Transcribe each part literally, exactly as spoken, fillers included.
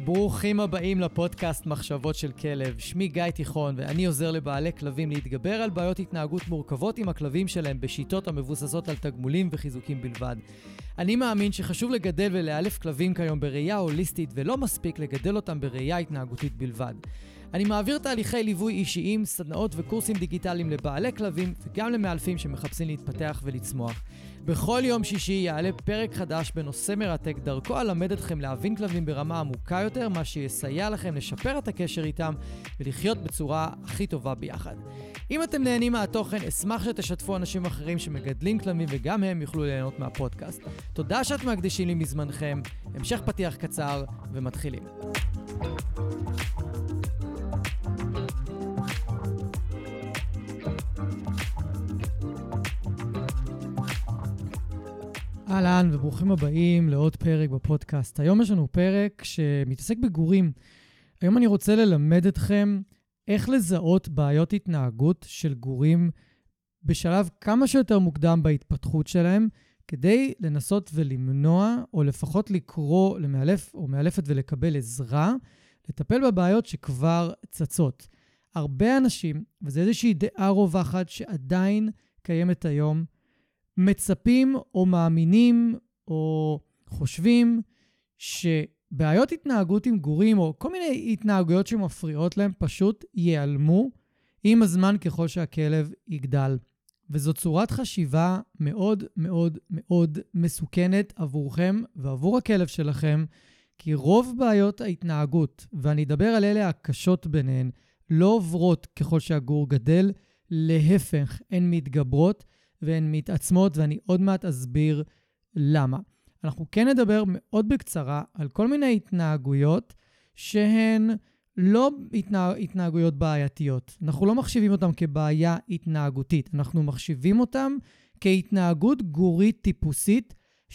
ברוכים הבאים לפודקאסט מחשבות של כלב. שמי גיא תיכון ואני עוזר לבעלי כלבים להתגבר על בעיות התנהגות מורכבות עם הכלבים שלהם בשיטות המבוססות על תגמולים וחיזוקים בלבד. אני מאמין שחשוב לגדל ולאלף כלבים כיום בראייה הוליסטית ולא מספיק לגדל אותם בראייה התנהגותית בלבד. אני מעביר תהליכי ליווי אישיים, סדנאות וקורסים דיגיטליים לבעלי כלבים וגם למאלפים שמחפשים להתפתח ולצמוח. בכל יום שישי יעלה פרק חדש בנושא מרתק, דרכו אלמד אתכם להבין כלבים ברמה עמוקה יותר, מה שיסייע לכם לשפר את הקשר איתם ולחיות בצורה הכי טובה ביחד. אם אתם נהנים מהתוכן, אשמח שתשתפו אנשים אחרים שמגדלים כלבים וגם הם יוכלו ליהנות מהפודקאסט. תודה שאתם מקדישים לי מזמנכם, המשך פתיח קצר ומתחילים. אהלן וברוכים הבאים לעוד פרק בפודקאסט. היום יש לנו פרק שמתעסק בגורים. היום אני רוצה ללמד אתכם איך לזהות בעיות התנהגות של גורים בשלב כמה שיותר מוקדם בהתפתחות שלהם, כדי לנסות ולמנוע או לפחות לקרוא למאלף או מאלפת ולקבל עזרה, לטפל בבעיות שכבר צצות. הרבה אנשים, וזה איזושהי דעה רווחת שעדיין קיימת היום, מצפים או מאמינים או חושבים שבעיות התנהגות עם גורים או כל מיני התנהגויות שמפריעות להם פשוט ייעלמו עם הזמן ככל שהכלב יגדל. וזו צורת חשיבה מאוד מאוד מאוד מסוכנת עבורכם ועבור הכלב שלכם, כי רוב בעיות ההתנהגות, ואני אדבר על אלה הקשות ביניהן, לא עוברות ככל שהגור גדל, להפך, הן מתגברות, והן מתעצמות, ואני עוד מעט אסביר למה. אנחנו כן נדבר מאוד בקצרה על כל מיני התנהגויות שהן לא התנה... התנהגויות בעייתיות. אנחנו לא מחשיבים אותן כבעיה התנהגותית, אנחנו מחשיבים אותן כהתנהגות גורית טיפוסית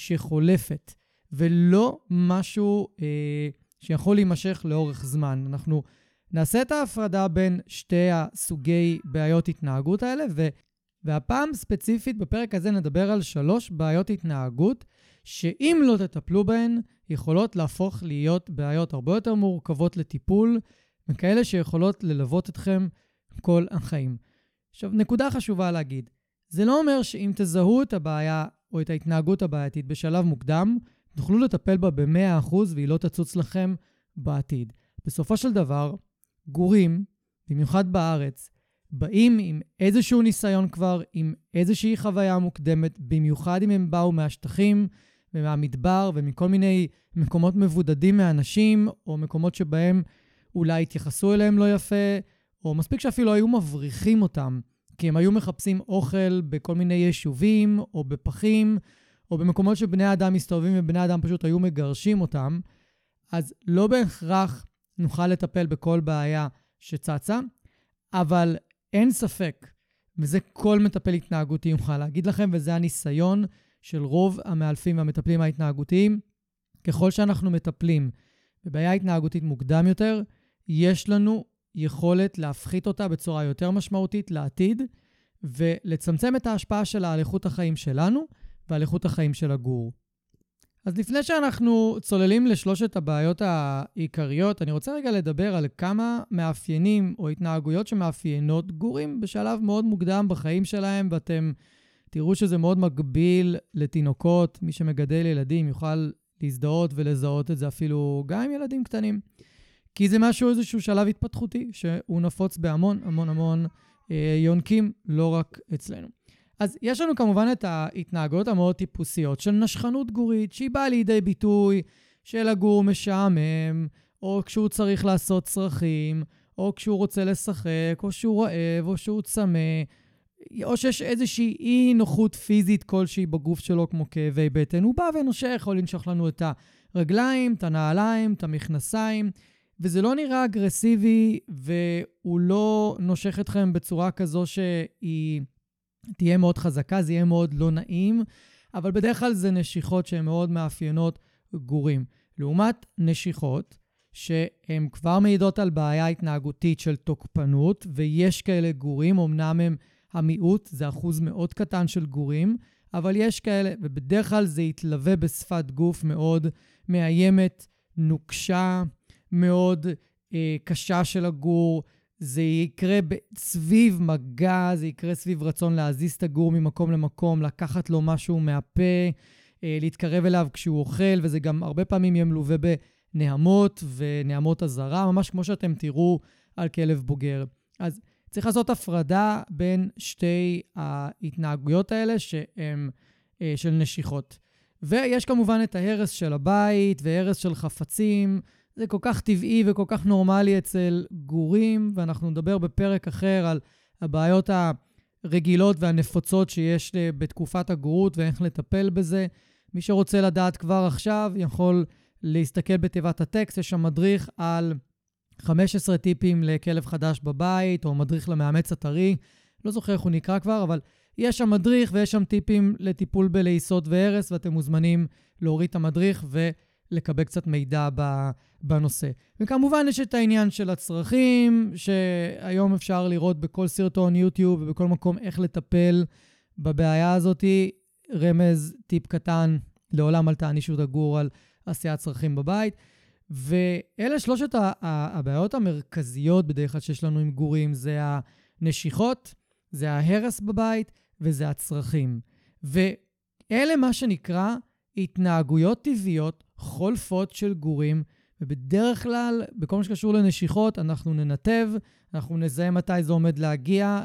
שחולפת, ולא משהו אה, שיכול להימשך לאורך זמן. אנחנו נעשה את ההפרדה בין שתי הסוגי בעיות התנהגות האלה, ו... והפעם ספציפית בפרק הזה נדבר על שלוש בעיות התנהגות שאם לא תטפלו בהן יכולות להפוך להיות בעיות הרבה יותר מורכבות לטיפול וכאלה שיכולות ללוות אתכם כל החיים. עכשיו, נקודה חשובה להגיד, זה לא אומר שאם תזהו את הבעיה או את ההתנהגות הבעייתית בשלב מוקדם, תוכלו לטפל בה ב-מאה אחוז והיא לא תצוץ לכם בעתיד. בסופו של דבר, גורים, במיוחד בארץ, באים עם איזשהו ניסיון כבר, עם איזושהי חוויה מוקדמת, במיוחד אם הם באו מהשטחים ומהמדבר ומכל מיני מקומות מבודדים מאנשים, או מקומות שבהם אולי התייחסו אליהם לא יפה, או מספיק שאפילו היו מבריחים אותם, כי הם היו מחפשים אוכל בכל מיני יישובים, או בפחים, או במקומות שבני האדם מסתובבים ובני האדם פשוט היו מגרשים אותם, אז לא בהכרח נוכל לטפל בכל בעיה שצצה, אבל אין ספק, וזה כל מטפל התנהגותי יוכל להגיד לכם, וזה הניסיון של רוב המאלפים והמטפלים ההתנהגותיים. ככל שאנחנו מטפלים בבעיה התנהגותית מוקדם יותר, יש לנו יכולת להפחית אותה בצורה יותר משמעותית לעתיד, ולצמצם את ההשפעה שלה על איכות החיים שלנו ועל איכות החיים של הגור. אז לפני שאנחנו צוללים לשלושת הבעיות העיקריות, אני רוצה רגע לדבר על כמה מאפיינים או התנהגויות שמאפיינות גורים בשלב מאוד מוקדם בחיים שלהם, ואתם תראו שזה מאוד מגביל לתינוקות. מי שמגדל ילדים יוכל להזדהות ולזהות את זה אפילו גם עם ילדים קטנים. כי זה משהו, איזשהו שלב התפתחותי שהוא נפוץ בהמון המון המון אה, יונקים, לא רק אצלנו. אז יש לנו כמובן את ההתנהגויות המאוד טיפוסיות של נשכנות גורית, שהיא באה לידי ביטוי של הגור משעמם, או כשהוא צריך לעשות צרכים, או כשהוא רוצה לשחק, או שהוא רעב, או שהוא צמא, או שיש איזושהי אי נוחות פיזית כלשהי בגוף שלו, כמו כאבי בטן. הוא בא ונושך, יכול לנשוך לנו את הרגליים, את הנעליים, את המכנסיים, וזה לא נראה אגרסיבי, והוא לא נושך אתכם בצורה כזו שהיא תהיה מאוד חזקה, זה יהיה מאוד לא נעים, אבל בדרך כלל זה נשיכות שהן מאוד מאפיינות גורים. לעומת נשיכות שהן כבר מעידות על בעיה התנהגותית של תוקפנות, ויש כאלה גורים, אמנם הם המיעוט, זה אחוז מאוד קטן של גורים, אבל יש כאלה, ובדרך כלל זה יתלווה בשפת גוף מאוד מאיימת, נוקשה, מאוד אה, קשה של הגור, זה יקרה סביב מגע, זה יקרה סביב רצון להזיז את הגור ממקום למקום, לקחת לו משהו מהפה, אה, להתקרב אליו כשהוא אוכל, וזה גם הרבה פעמים יהיה מלווה בנעמות ונעמות הזרה, ממש כמו שאתם תראו על כלב בוגר. אז צריך לעשות הפרדה בין שתי ההתנהגויות האלה שהן אה, של נשיכות. ויש כמובן את ההרס של הבית והרס של חפצים, זה כל כך טבעי וכל כך נורמלי אצל גורים, ואנחנו נדבר בפרק אחר על הבעיות הרגילות והנפוצות שיש בתקופת הגורות ואיך לטפל בזה. מי שרוצה לדעת כבר עכשיו יכול להסתכל בתיבת הטקסט, יש שם מדריך על חמישה עשר טיפים לכלב חדש בבית, או מדריך למאמץ הטרי, לא זוכר איך הוא נקרא כבר, אבל יש שם מדריך ויש שם טיפים לטיפול בלעיסות והרס, ואתם מוזמנים להוריד את המדריך ולקבל קצת מידע בנושא. וכמובן יש את העניין של הצרכים, שהיום אפשר לראות בכל סרטון יוטיוב ובכל מקום איך לטפל בבעיה הזאת. רמז, טיפ קטן, לעולם אל תענישו את הגור על עשיית צרכים בבית. ואלה שלושת הבעיות המרכזיות בדרך כלל שיש לנו עם גורים, זה הנשיכות, זה ההרס בבית וזה הצרכים. ואלה מה שנקרא התנהגויות טבעיות חולפות של גורים, ובדרך כלל, בכל מה שקשור לנשיכות, אנחנו ננתב, אנחנו נזהה מתי זה עומד להגיע,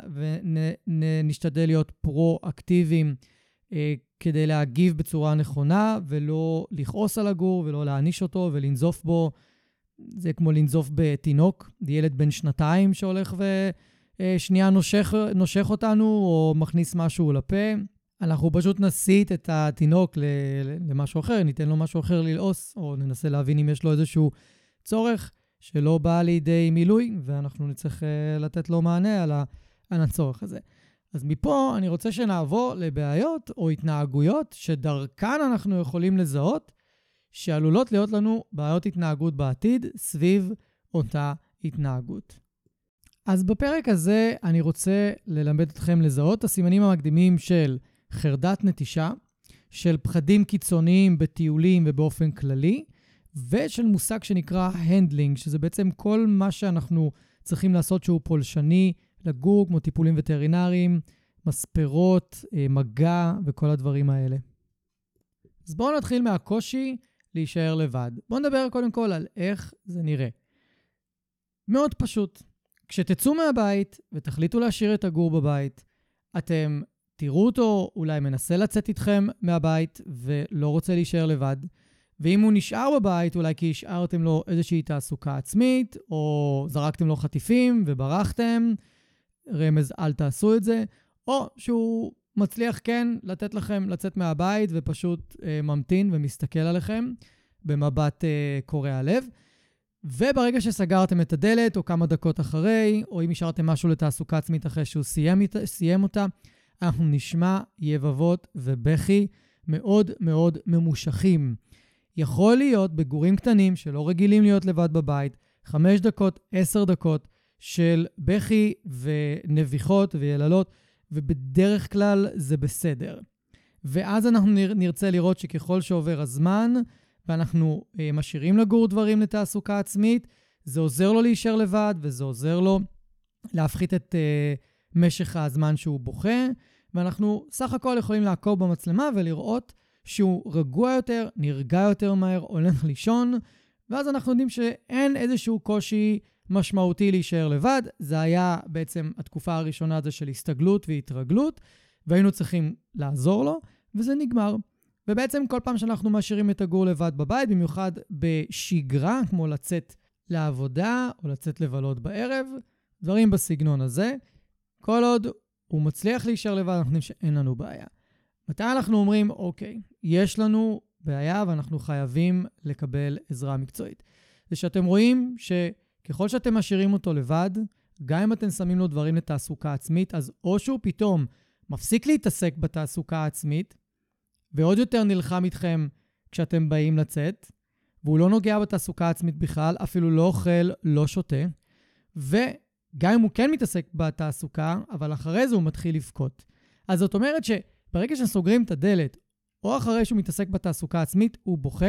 ונשתדל להיות פרו-אקטיביים אה, כדי להגיב בצורה נכונה, ולא לכעוס על הגור, ולא להעניש אותו, ולנזוף בו. זה כמו לנזוף בתינוק, ילד בן שנתיים שהולך ושנייה נושך, נושך אותנו, או מכניס משהו לפה. אנחנו פשוט נסיט את התינוק למשהו אחר, ניתן לו משהו אחר ללעוס, או ננסה להבין אם יש לו איזשהו צורך שלא בא לידי מילוי, ואנחנו נצטרך לתת לו מענה על, ה, על הצורך הזה. אז מפה אני רוצה שנעבור לבעיות או התנהגויות שדרכן אנחנו יכולים לזהות, שעלולות להיות לנו בעיות התנהגות בעתיד סביב אותה התנהגות. אז בפרק הזה אני רוצה ללמד אתכם לזהות את הסימנים המקדימים של חרדת נטישה, של פחדים קיצוניים בטיולים ובאופן כללי, ושל מושג שנקרא הנדלינג, שזה בעצם כל מה שאנחנו צריכים לעשות שהוא פולשני לגור, כמו טיפולים וטרינריים, מספרות, מגע וכל הדברים האלה. אז בואו נתחיל מהקושי להישאר לבד. בואו נדבר קודם כל על איך זה נראה. מאוד פשוט. כשתצאו מהבית ותחליטו להשאיר את הגור בבית, אתם תראו אותו, אולי מנסה לצאת איתכם מהבית ולא רוצה להישאר לבד. ואם הוא נשאר בבית, אולי כי השארתם לו איזושהי תעסוקה עצמית, או זרקתם לו חטיפים וברחתם, רמז אל תעשו את זה, או שהוא מצליח כן לתת לכם לצאת מהבית ופשוט אה, ממתין ומסתכל עליכם במבט אה, קורע לב. וברגע שסגרתם את הדלת, או כמה דקות אחרי, או אם השארתם משהו לתעסוקה עצמית אחרי שהוא סיים, סיים אותה, אנחנו נשמע יבבות ובכי מאוד מאוד ממושכים. יכול להיות בגורים קטנים שלא רגילים להיות לבד בבית, חמש דקות, עשר דקות של בכי ונביחות ויללות, ובדרך כלל זה בסדר. ואז אנחנו נרצה לראות שככל שעובר הזמן, ואנחנו אה, משאירים לגור דברים לתעסוקה עצמית, זה עוזר לו להישאר לבד, וזה עוזר לו להפחית את אה, משך הזמן שהוא בוכה, ואנחנו סך הכל יכולים לעקוב במצלמה ולראות שהוא רגוע יותר, נרגע יותר מהר, הולך לישון, ואז אנחנו יודעים שאין איזשהו קושי משמעותי להישאר לבד. זה היה בעצם התקופה הראשונה הזו של הסתגלות והתרגלות, והיינו צריכים לעזור לו, וזה נגמר. ובעצם כל פעם שאנחנו משאירים את הגור לבד בבית, במיוחד בשגרה, כמו לצאת לעבודה או לצאת לבלות בערב, דברים בסגנון הזה, כל עוד הוא מצליח להישאר לבד, אנחנו יודעים שאין לנו בעיה. מתי אנחנו אומרים, אוקיי, יש לנו בעיה ואנחנו חייבים לקבל עזרה מקצועית? זה שאתם רואים שככל שאתם משאירים אותו לבד, גם אם אתם שמים לו דברים לתעסוקה עצמית, אז או שהוא פתאום מפסיק להתעסק בתעסוקה העצמית, ועוד יותר נלחם איתכם כשאתם באים לצאת, והוא לא נוגע בתעסוקה עצמית בכלל, אפילו לא אוכל, לא שותה, וגם אם הוא כן מתעסק בתעסוקה, אבל אחרי זה הוא מתחיל לבכות. אז זאת אומרת שברגע שסוגרים את הדלת, או אחרי שהוא מתעסק בתעסוקה עצמית, הוא בוכה,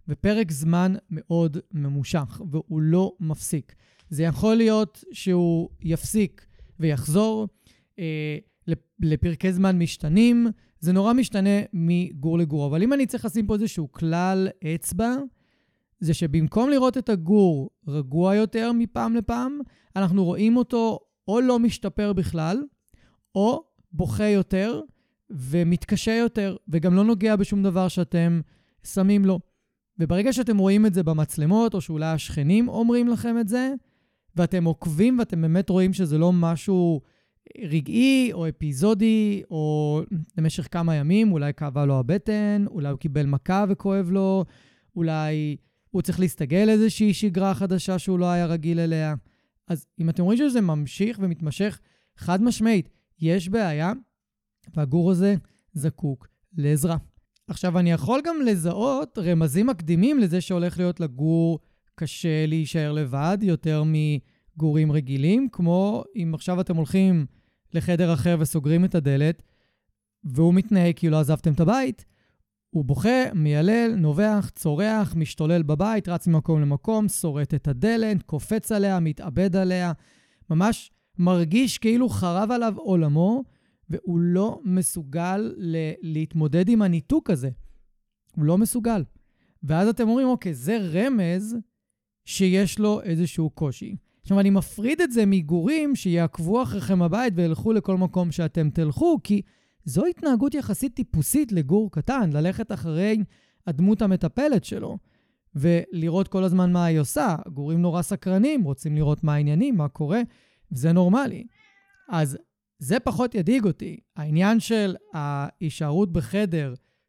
ופרק זמן מאוד ממושך, והוא לא מפסיק. זה יכול להיות שהוא יפסיק ויחזור אה, לפרקי זמן משתנים, זה נורא משתנה מגור לגור. אבל אם אני צריך לשים פה איזשהו כלל אצבע, זה שבמקום לראות את הגור רגוע יותר מפעם לפעם, אנחנו רואים אותו או לא משתפר בכלל, או בוכה יותר ומתקשה יותר, וגם לא נוגע בשום דבר שאתם שמים לו. וברגע שאתם רואים את זה במצלמות, או שאולי השכנים אומרים לכם את זה, ואתם עוקבים ואתם באמת רואים שזה לא משהו רגעי או אפיזודי, או למשך כמה ימים, אולי כאבה לו הבטן, אולי הוא קיבל מכה וכואב לו, אולי הוא צריך להסתגל איזושהי שגרה חדשה שהוא לא היה רגיל אליה. אז אם אתם רואים שזה ממשיך ומתמשך, חד משמעית, יש בעיה, והגור הזה זקוק לעזרה. עכשיו, אני יכול גם לזהות רמזים מקדימים לזה שהולך להיות לגור קשה להישאר לבד, יותר מגורים רגילים, כמו אם עכשיו אתם הולכים לחדר אחר וסוגרים את הדלת, והוא מתנהג כאילו לא עזבתם את הבית, הוא בוכה, מיילל, נובח, צורח, משתולל בבית, רץ ממקום למקום, שורט את הדלת, קופץ עליה, מתאבד עליה, ממש מרגיש כאילו חרב עליו עולמו, והוא לא מסוגל ל- להתמודד עם הניתוק הזה. הוא לא מסוגל. ואז אתם אומרים, אוקיי, זה רמז שיש לו איזשהו קושי. עכשיו, אני מפריד את זה מגורים שיעקבו אחריכם הבית וילכו לכל מקום שאתם תלכו, כי זו התנהגות יחסית טיפוסית לגור קטן, ללכת אחרי הדמות המטפלת שלו, ולראות כל הזמן מה היא עושה. גורים נורא סקרנים, רוצים לראות מה העניינים, מה קורה, וזה נורמלי. אז זה פחות ידאיג אותי. העניין של ההישארות בחדר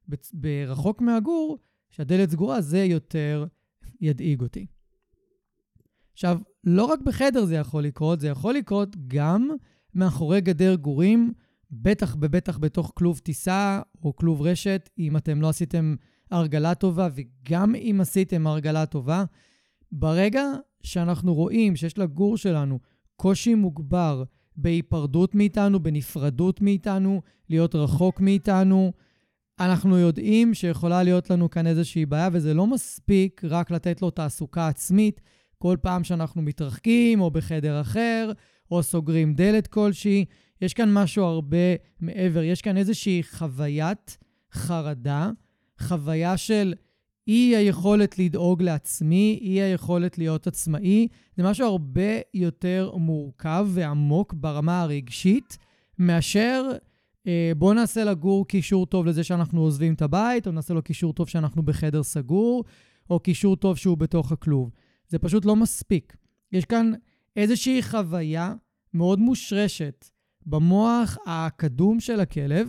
ברחוק מהגור, שהדלת סגורה, זה יותר ידאיג אותי. עכשיו, לא רק בחדר זה יכול לקרות, זה יכול לקרות גם מאחורי גדר גורים, בטח בבטח בתוך כלוב טיסה או כלוב רשת, אם אתם לא עשיתם הרגלה טובה, וגם אם עשיתם הרגלה טובה, ברגע שאנחנו רואים שיש לגור שלנו קושי מוגבר בהיפרדות מאיתנו, בנפרדות מאיתנו, להיות רחוק מאיתנו, אנחנו יודעים שיכולה להיות לנו כאן איזושהי בעיה, וזה לא מספיק רק לתת לו תעסוקה עצמית, כל פעם שאנחנו מתרחקים או בחדר אחר, או סוגרים דלת כלשהי, יש כאן משהו הרבה מעבר, יש כאן איזושהי חוויית חרדה, חוויה של אי היכולת לדאוג לעצמי, אי היכולת להיות עצמאי, זה משהו הרבה יותר מורכב ועמוק ברמה הרגשית, מאשר אה, בוא נעשה לגור קישור טוב לזה שאנחנו עוזבים את הבית, או נעשה לו קישור טוב שאנחנו בחדר סגור, או קישור טוב שהוא בתוך הכלוב. זה פשוט לא מספיק. יש כאן איזושהי חוויה מאוד מושרשת במוח הקדום של הכלב,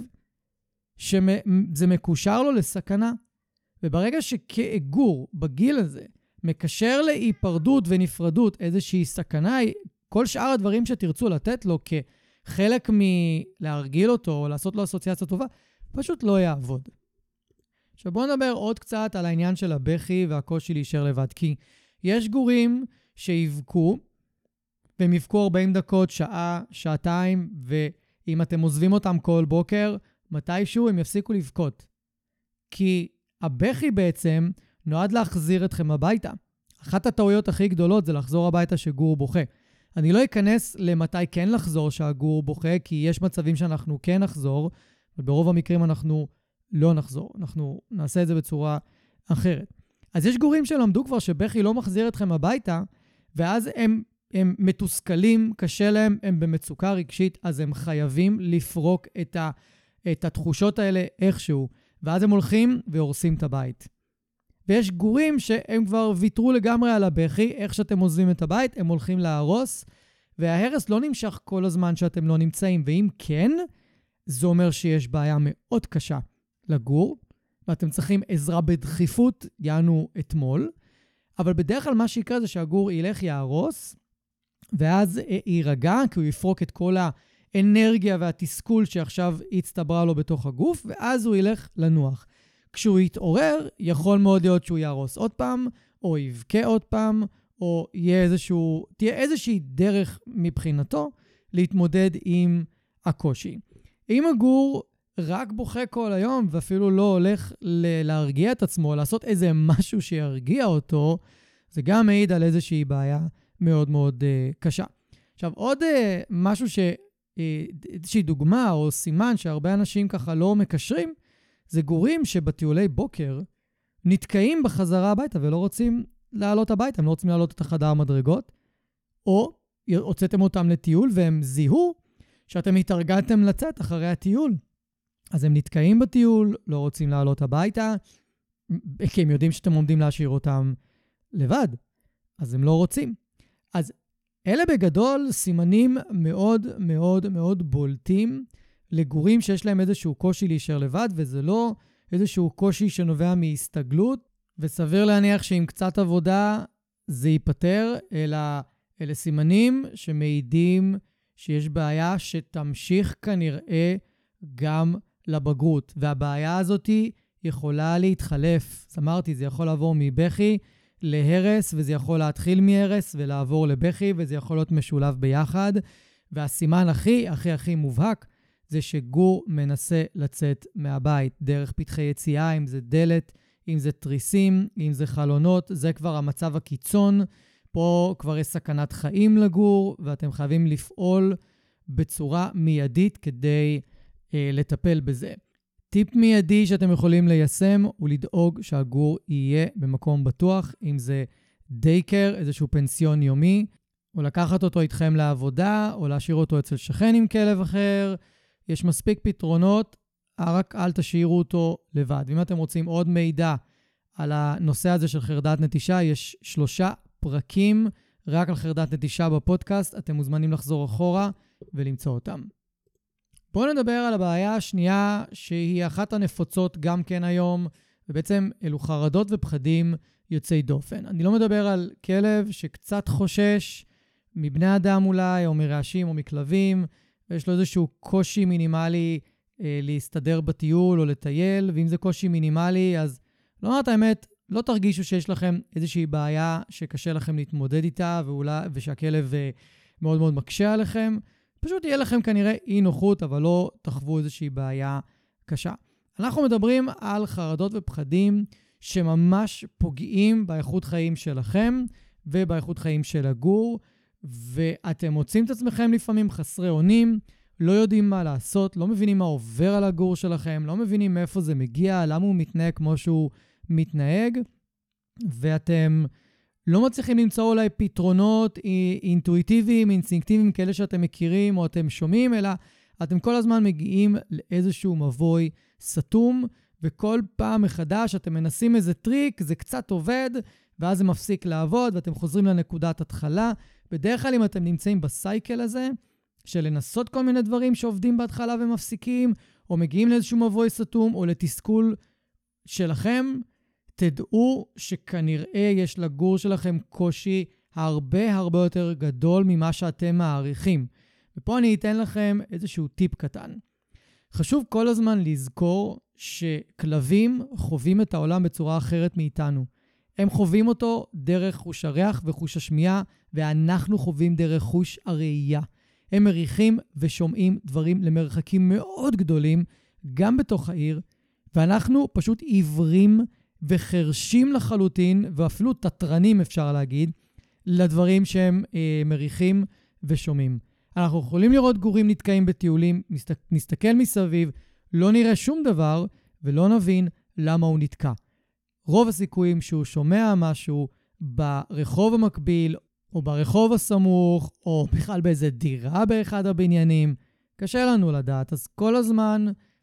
שזה מקושר לו לסכנה. וברגע שכגור בגיל הזה מקשר להיפרדות ונפרדות איזושהי סכנה, כל שאר הדברים שתרצו לתת לו כחלק מלהרגיל אותו או לעשות לו אסוציאציה טובה, פשוט לא יעבוד. עכשיו בואו נדבר עוד קצת על העניין של הבכי והקושי להישאר לבד, כי יש גורים שיבכו, והם יבכו ארבעים דקות, שעה, שעתיים, ואם אתם עוזבים אותם כל בוקר, מתישהו הם יפסיקו לבכות. כי הבכי בעצם נועד להחזיר אתכם הביתה. אחת הטעויות הכי גדולות זה לחזור הביתה שגור בוכה. אני לא אכנס למתי כן לחזור שהגור בוכה, כי יש מצבים שאנחנו כן נחזור, וברוב המקרים אנחנו לא נחזור. אנחנו נעשה את זה בצורה אחרת. אז יש גורים שלמדו כבר שבכי לא מחזיר אתכם הביתה, ואז הם, הם מתוסכלים, קשה להם, הם במצוקה רגשית, אז הם חייבים לפרוק את, ה, את התחושות האלה איכשהו, ואז הם הולכים והורסים את הבית. ויש גורים שהם כבר ויתרו לגמרי על הבכי, איך שאתם עוזבים את הבית, הם הולכים להרוס, וההרס לא נמשך כל הזמן שאתם לא נמצאים, ואם כן, זה אומר שיש בעיה מאוד קשה לגור, ואתם צריכים עזרה בדחיפות, יענו אתמול, אבל בדרך כלל מה שיקרה זה שהגור ילך יהרוס, ואז יירגע, כי הוא יפרוק את כל האנרגיה והתסכול שעכשיו הצטברה לו בתוך הגוף, ואז הוא ילך לנוח. כשהוא יתעורר, יכול מאוד להיות שהוא יהרוס עוד פעם, או יבכה עוד פעם, או יהיה איזשהו, תהיה איזושהי דרך מבחינתו להתמודד עם הקושי. אם הגור רק בוכה כל היום, ואפילו לא הולך להרגיע את עצמו, לעשות איזה משהו שירגיע אותו, זה גם מעיד על איזושהי בעיה מאוד מאוד uh, קשה. עכשיו, עוד uh, משהו ש... uh, איזושהי דוגמה או סימן שהרבה אנשים ככה לא מקשרים, זה גורים שבטיולי בוקר נתקעים בחזרה הביתה ולא רוצים לעלות הביתה, הם לא רוצים לעלות את החדר המדרגות, או הוצאתם אותם לטיול והם זיהו שאתם התארגנתם לצאת אחרי הטיול. אז הם נתקעים בטיול, לא רוצים לעלות הביתה, כי הם יודעים שאתם עומדים להשאיר אותם לבד, אז הם לא רוצים. אז אלה בגדול סימנים מאוד מאוד מאוד בולטים לגורים שיש להם איזשהו קושי להישאר לבד, וזה לא איזשהו קושי שנובע מהסתגלות, וסביר להניח שעם קצת עבודה זה ייפטר, אלא אלה סימנים שמעידים שיש בעיה שתמשיך כנראה גם לבגרות, והבעיה הזאת יכולה להתחלף. אז אמרתי, זה יכול לעבור מבכי להרס, וזה יכול להתחיל מהרס ולעבור לבכי, וזה יכול להיות משולב ביחד. והסימן הכי, הכי, הכי מובהק, זה שגור מנסה לצאת מהבית, דרך פתחי יציאה, אם זה דלת, אם זה תריסים, אם זה חלונות, זה כבר המצב הקיצון. פה כבר יש סכנת חיים לגור, ואתם חייבים לפעול בצורה מיידית כדי אה, לטפל בזה. טיפ מיידי שאתם יכולים ליישם הוא לדאוג שהגור יהיה במקום בטוח, אם זה דייקר, איזשהו פנסיון יומי, או לקחת אותו איתכם לעבודה, או להשאיר אותו אצל שכן עם כלב אחר. יש מספיק פתרונות, רק אל תשאירו אותו לבד. ואם אתם רוצים עוד מידע על הנושא הזה של חרדת נטישה, יש שלושה פרקים רק על חרדת נטישה בפודקאסט, אתם מוזמנים לחזור אחורה ולמצוא אותם. בואו נדבר על הבעיה השנייה, שהיא אחת הנפוצות גם כן היום, ובעצם אלו חרדות ופחדים יוצאי דופן. אני לא מדבר על כלב שקצת חושש מבני אדם אולי, או מרעשים או מכלבים, ויש לו איזשהו קושי מינימלי אה, להסתדר בטיול או לטייל, ואם זה קושי מינימלי, אז לא אומרת האמת, לא תרגישו שיש לכם איזושהי בעיה שקשה לכם להתמודד איתה, ואולי, ושהכלב אה, מאוד מאוד מקשה עליכם. פשוט יהיה לכם כנראה אי נוחות, אבל לא תחוו איזושהי בעיה קשה. אנחנו מדברים על חרדות ופחדים שממש פוגעים באיכות חיים שלכם ובאיכות חיים של הגור, ואתם מוצאים את עצמכם לפעמים חסרי אונים, לא יודעים מה לעשות, לא מבינים מה עובר על הגור שלכם, לא מבינים מאיפה זה מגיע, למה הוא מתנהג כמו שהוא מתנהג, ואתם לא מצליחים למצוא אולי פתרונות אינטואיטיביים, אינסטינקטיביים, כאלה שאתם מכירים או אתם שומעים, אלא אתם כל הזמן מגיעים לאיזשהו מבוי סתום, וכל פעם מחדש אתם מנסים איזה טריק, זה קצת עובד, ואז זה מפסיק לעבוד, ואתם חוזרים לנקודת התחלה. בדרך כלל אם אתם נמצאים בסייקל הזה, של לנסות כל מיני דברים שעובדים בהתחלה ומפסיקים, או מגיעים לאיזשהו מבוי סתום, או לתסכול שלכם, תדעו שכנראה יש לגור שלכם קושי הרבה הרבה יותר גדול ממה שאתם מעריכים. ופה אני אתן לכם איזשהו טיפ קטן. חשוב כל הזמן לזכור שכלבים חווים את העולם בצורה אחרת מאיתנו. הם חווים אותו דרך חוש הריח וחוש השמיעה, ואנחנו חווים דרך חוש הראייה. הם מריחים ושומעים דברים למרחקים מאוד גדולים, גם בתוך העיר, ואנחנו פשוט עיוורים וחרשים לחלוטין, ואפילו תטרנים אפשר להגיד, לדברים שהם אה, מריחים ושומעים. אנחנו יכולים לראות גורים נתקעים בטיולים, נסתכל, נסתכל מסביב, לא נראה שום דבר, ולא נבין למה הוא נתקע. רוב הסיכויים שהוא שומע משהו ברחוב המקביל, או ברחוב הסמוך, או בכלל באיזה דירה באחד הבניינים. קשה לנו לדעת, אז כל הזמן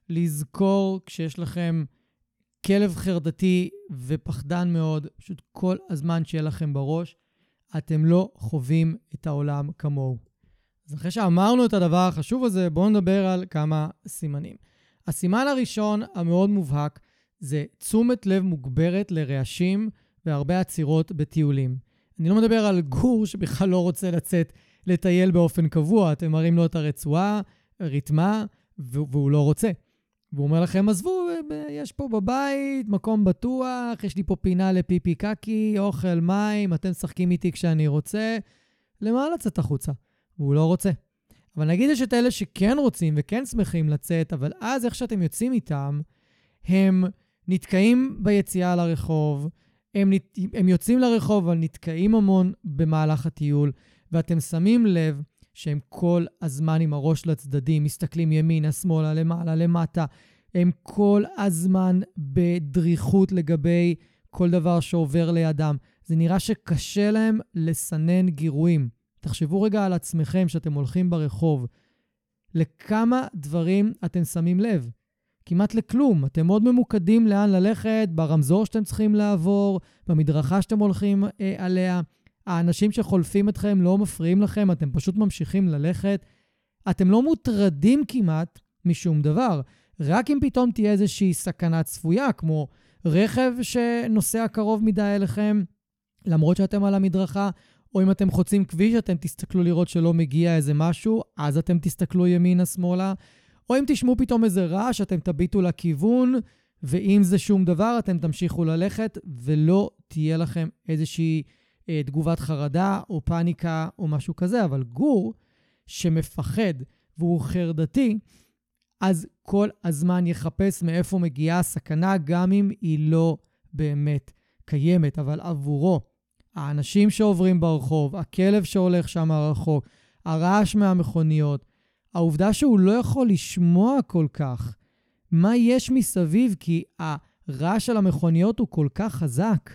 לזכור כשיש לכם כלב חרדתי ופחדן מאוד, פשוט כל הזמן שיהיה לכם בראש, אתם לא חווים את העולם כמוהו. אז אחרי שאמרנו את הדבר החשוב הזה, בואו נדבר על כמה סימנים. הסימן הראשון המאוד מובהק זה תשומת לב מוגברת לרעשים והרבה עצירות בטיולים. אני לא מדבר על גור שבכלל לא רוצה לצאת לטייל באופן קבוע, אתם מראים לו את הרצועה, ריתמה, והוא לא רוצה. והוא אומר לכם, עזבו, יש פה בבית, מקום בטוח, יש לי פה פינה לפיפי קקי, אוכל, מים, אתם משחקים איתי כשאני רוצה. למה לצאת החוצה? והוא לא רוצה. אבל נגיד יש את אלה שכן רוצים וכן שמחים לצאת, אבל אז איך שאתם יוצאים איתם, הם נתקעים ביציאה לרחוב, הם, נת... הם יוצאים לרחוב, אבל נתקעים המון במהלך הטיול, ואתם שמים לב שהם כל הזמן עם הראש לצדדים, מסתכלים ימינה, שמאלה, למעלה, למטה, הם כל הזמן בדריכות לגבי כל דבר שעובר לידם. זה נראה שקשה להם לסנן גירויים. תחשבו רגע על עצמכם שאתם הולכים ברחוב. לכמה דברים אתם שמים לב? כמעט לכלום. אתם מאוד ממוקדים לאן ללכת, ברמזור שאתם צריכים לעבור, במדרכה שאתם הולכים אה, עליה. האנשים שחולפים אתכם לא מפריעים לכם, אתם פשוט ממשיכים ללכת. אתם לא מוטרדים כמעט משום דבר. רק אם פתאום תהיה איזושהי סכנה צפויה, כמו רכב שנוסע קרוב מדי אליכם, למרות שאתם על המדרכה, או אם אתם חוצים כביש, אתם תסתכלו לראות שלא מגיע איזה משהו, אז אתם תסתכלו ימינה, שמאלה, או אם תשמעו פתאום איזה רעש, אתם תביטו לכיוון, ואם זה שום דבר, אתם תמשיכו ללכת, ולא תהיה לכם איזושהי אה, תגובת חרדה, או פאניקה, או משהו כזה. אבל גור שמפחד, והוא חרדתי, אז כל הזמן יחפש מאיפה מגיעה הסכנה, גם אם היא לא באמת קיימת. אבל עבורו, האנשים שעוברים ברחוב, הכלב שהולך שם רחוק, הרעש מהמכוניות, העובדה שהוא לא יכול לשמוע כל כך מה יש מסביב, כי הרעש של המכוניות הוא כל כך חזק,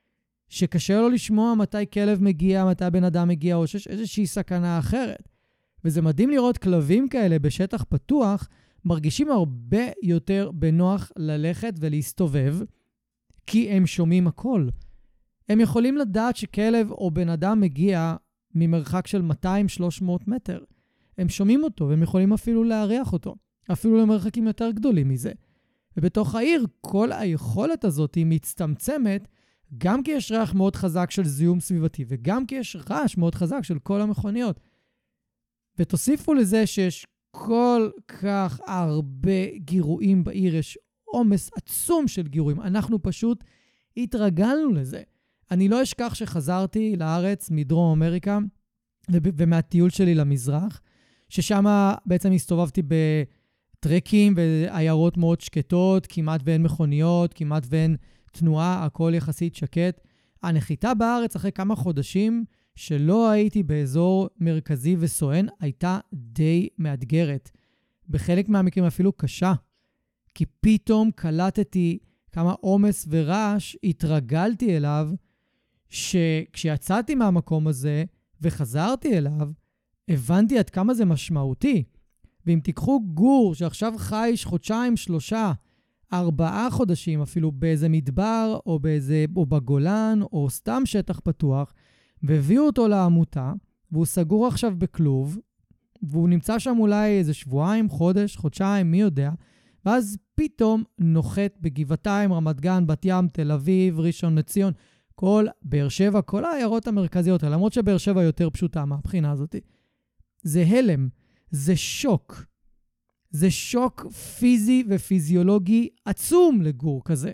שקשה לו לשמוע מתי כלב מגיע, מתי בן אדם מגיע, או שיש איזושהי סכנה אחרת. וזה מדהים לראות כלבים כאלה בשטח פתוח, מרגישים הרבה יותר בנוח ללכת ולהסתובב, כי הם שומעים הכל. הם יכולים לדעת שכלב או בן אדם מגיע ממרחק של מאתיים שלוש מאות מטר. הם שומעים אותו, והם יכולים אפילו להריח אותו, אפילו למרחקים יותר גדולים מזה. ובתוך העיר, כל היכולת הזאת היא מצטמצמת, גם כי יש ריח מאוד חזק של זיהום סביבתי, וגם כי יש רעש מאוד חזק של כל המכוניות. ותוסיפו לזה שיש כל כך הרבה גירויים בעיר, יש עומס עצום של גירויים. אנחנו פשוט התרגלנו לזה. אני לא אשכח שחזרתי לארץ מדרום אמריקה, ומהטיול שלי למזרח, ששם בעצם הסתובבתי בטרקים ועיירות מאוד שקטות, כמעט ואין מכוניות, כמעט ואין תנועה, הכל יחסית שקט. הנחיתה בארץ אחרי כמה חודשים שלא הייתי באזור מרכזי וסואן, הייתה די מאתגרת. בחלק מהמקרים אפילו קשה, כי פתאום קלטתי כמה עומס ורעש, התרגלתי אליו, שכשיצאתי מהמקום הזה וחזרתי אליו, הבנתי עד כמה זה משמעותי. ואם תיקחו גור שעכשיו חי חודשיים, שלושה, ארבעה חודשים, אפילו באיזה מדבר או, באיזה, או בגולן או סתם שטח פתוח, והביאו אותו לעמותה, והוא סגור עכשיו בכלוב, והוא נמצא שם אולי איזה שבועיים, חודש, חודשיים, מי יודע, ואז פתאום נוחת בגבעתיים, רמת גן, בת ים, תל אביב, ראשון לציון, כל באר שבע, כל העיירות המרכזיות, למרות שבאר שבע יותר פשוטה מהבחינה הזאת. זה הלם, זה שוק. זה שוק פיזי ופיזיולוגי עצום לגור כזה.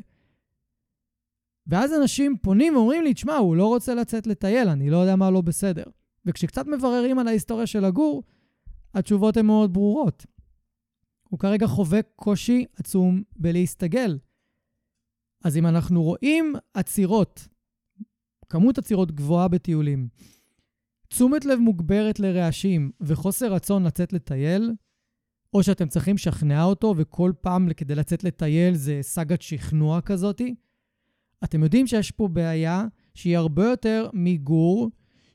ואז אנשים פונים ואומרים לי, תשמע, הוא לא רוצה לצאת לטייל, אני לא יודע מה לא בסדר. וכשקצת מבררים על ההיסטוריה של הגור, התשובות הן מאוד ברורות. הוא כרגע חווה קושי עצום בלהסתגל. אז אם אנחנו רואים עצירות, כמות עצירות גבוהה בטיולים, תשומת לב מוגברת לרעשים וחוסר רצון לצאת לטייל, או שאתם צריכים לשכנע אותו וכל פעם כדי לצאת לטייל זה סגת שכנוע כזאת, אתם יודעים שיש פה בעיה שהיא הרבה יותר מגור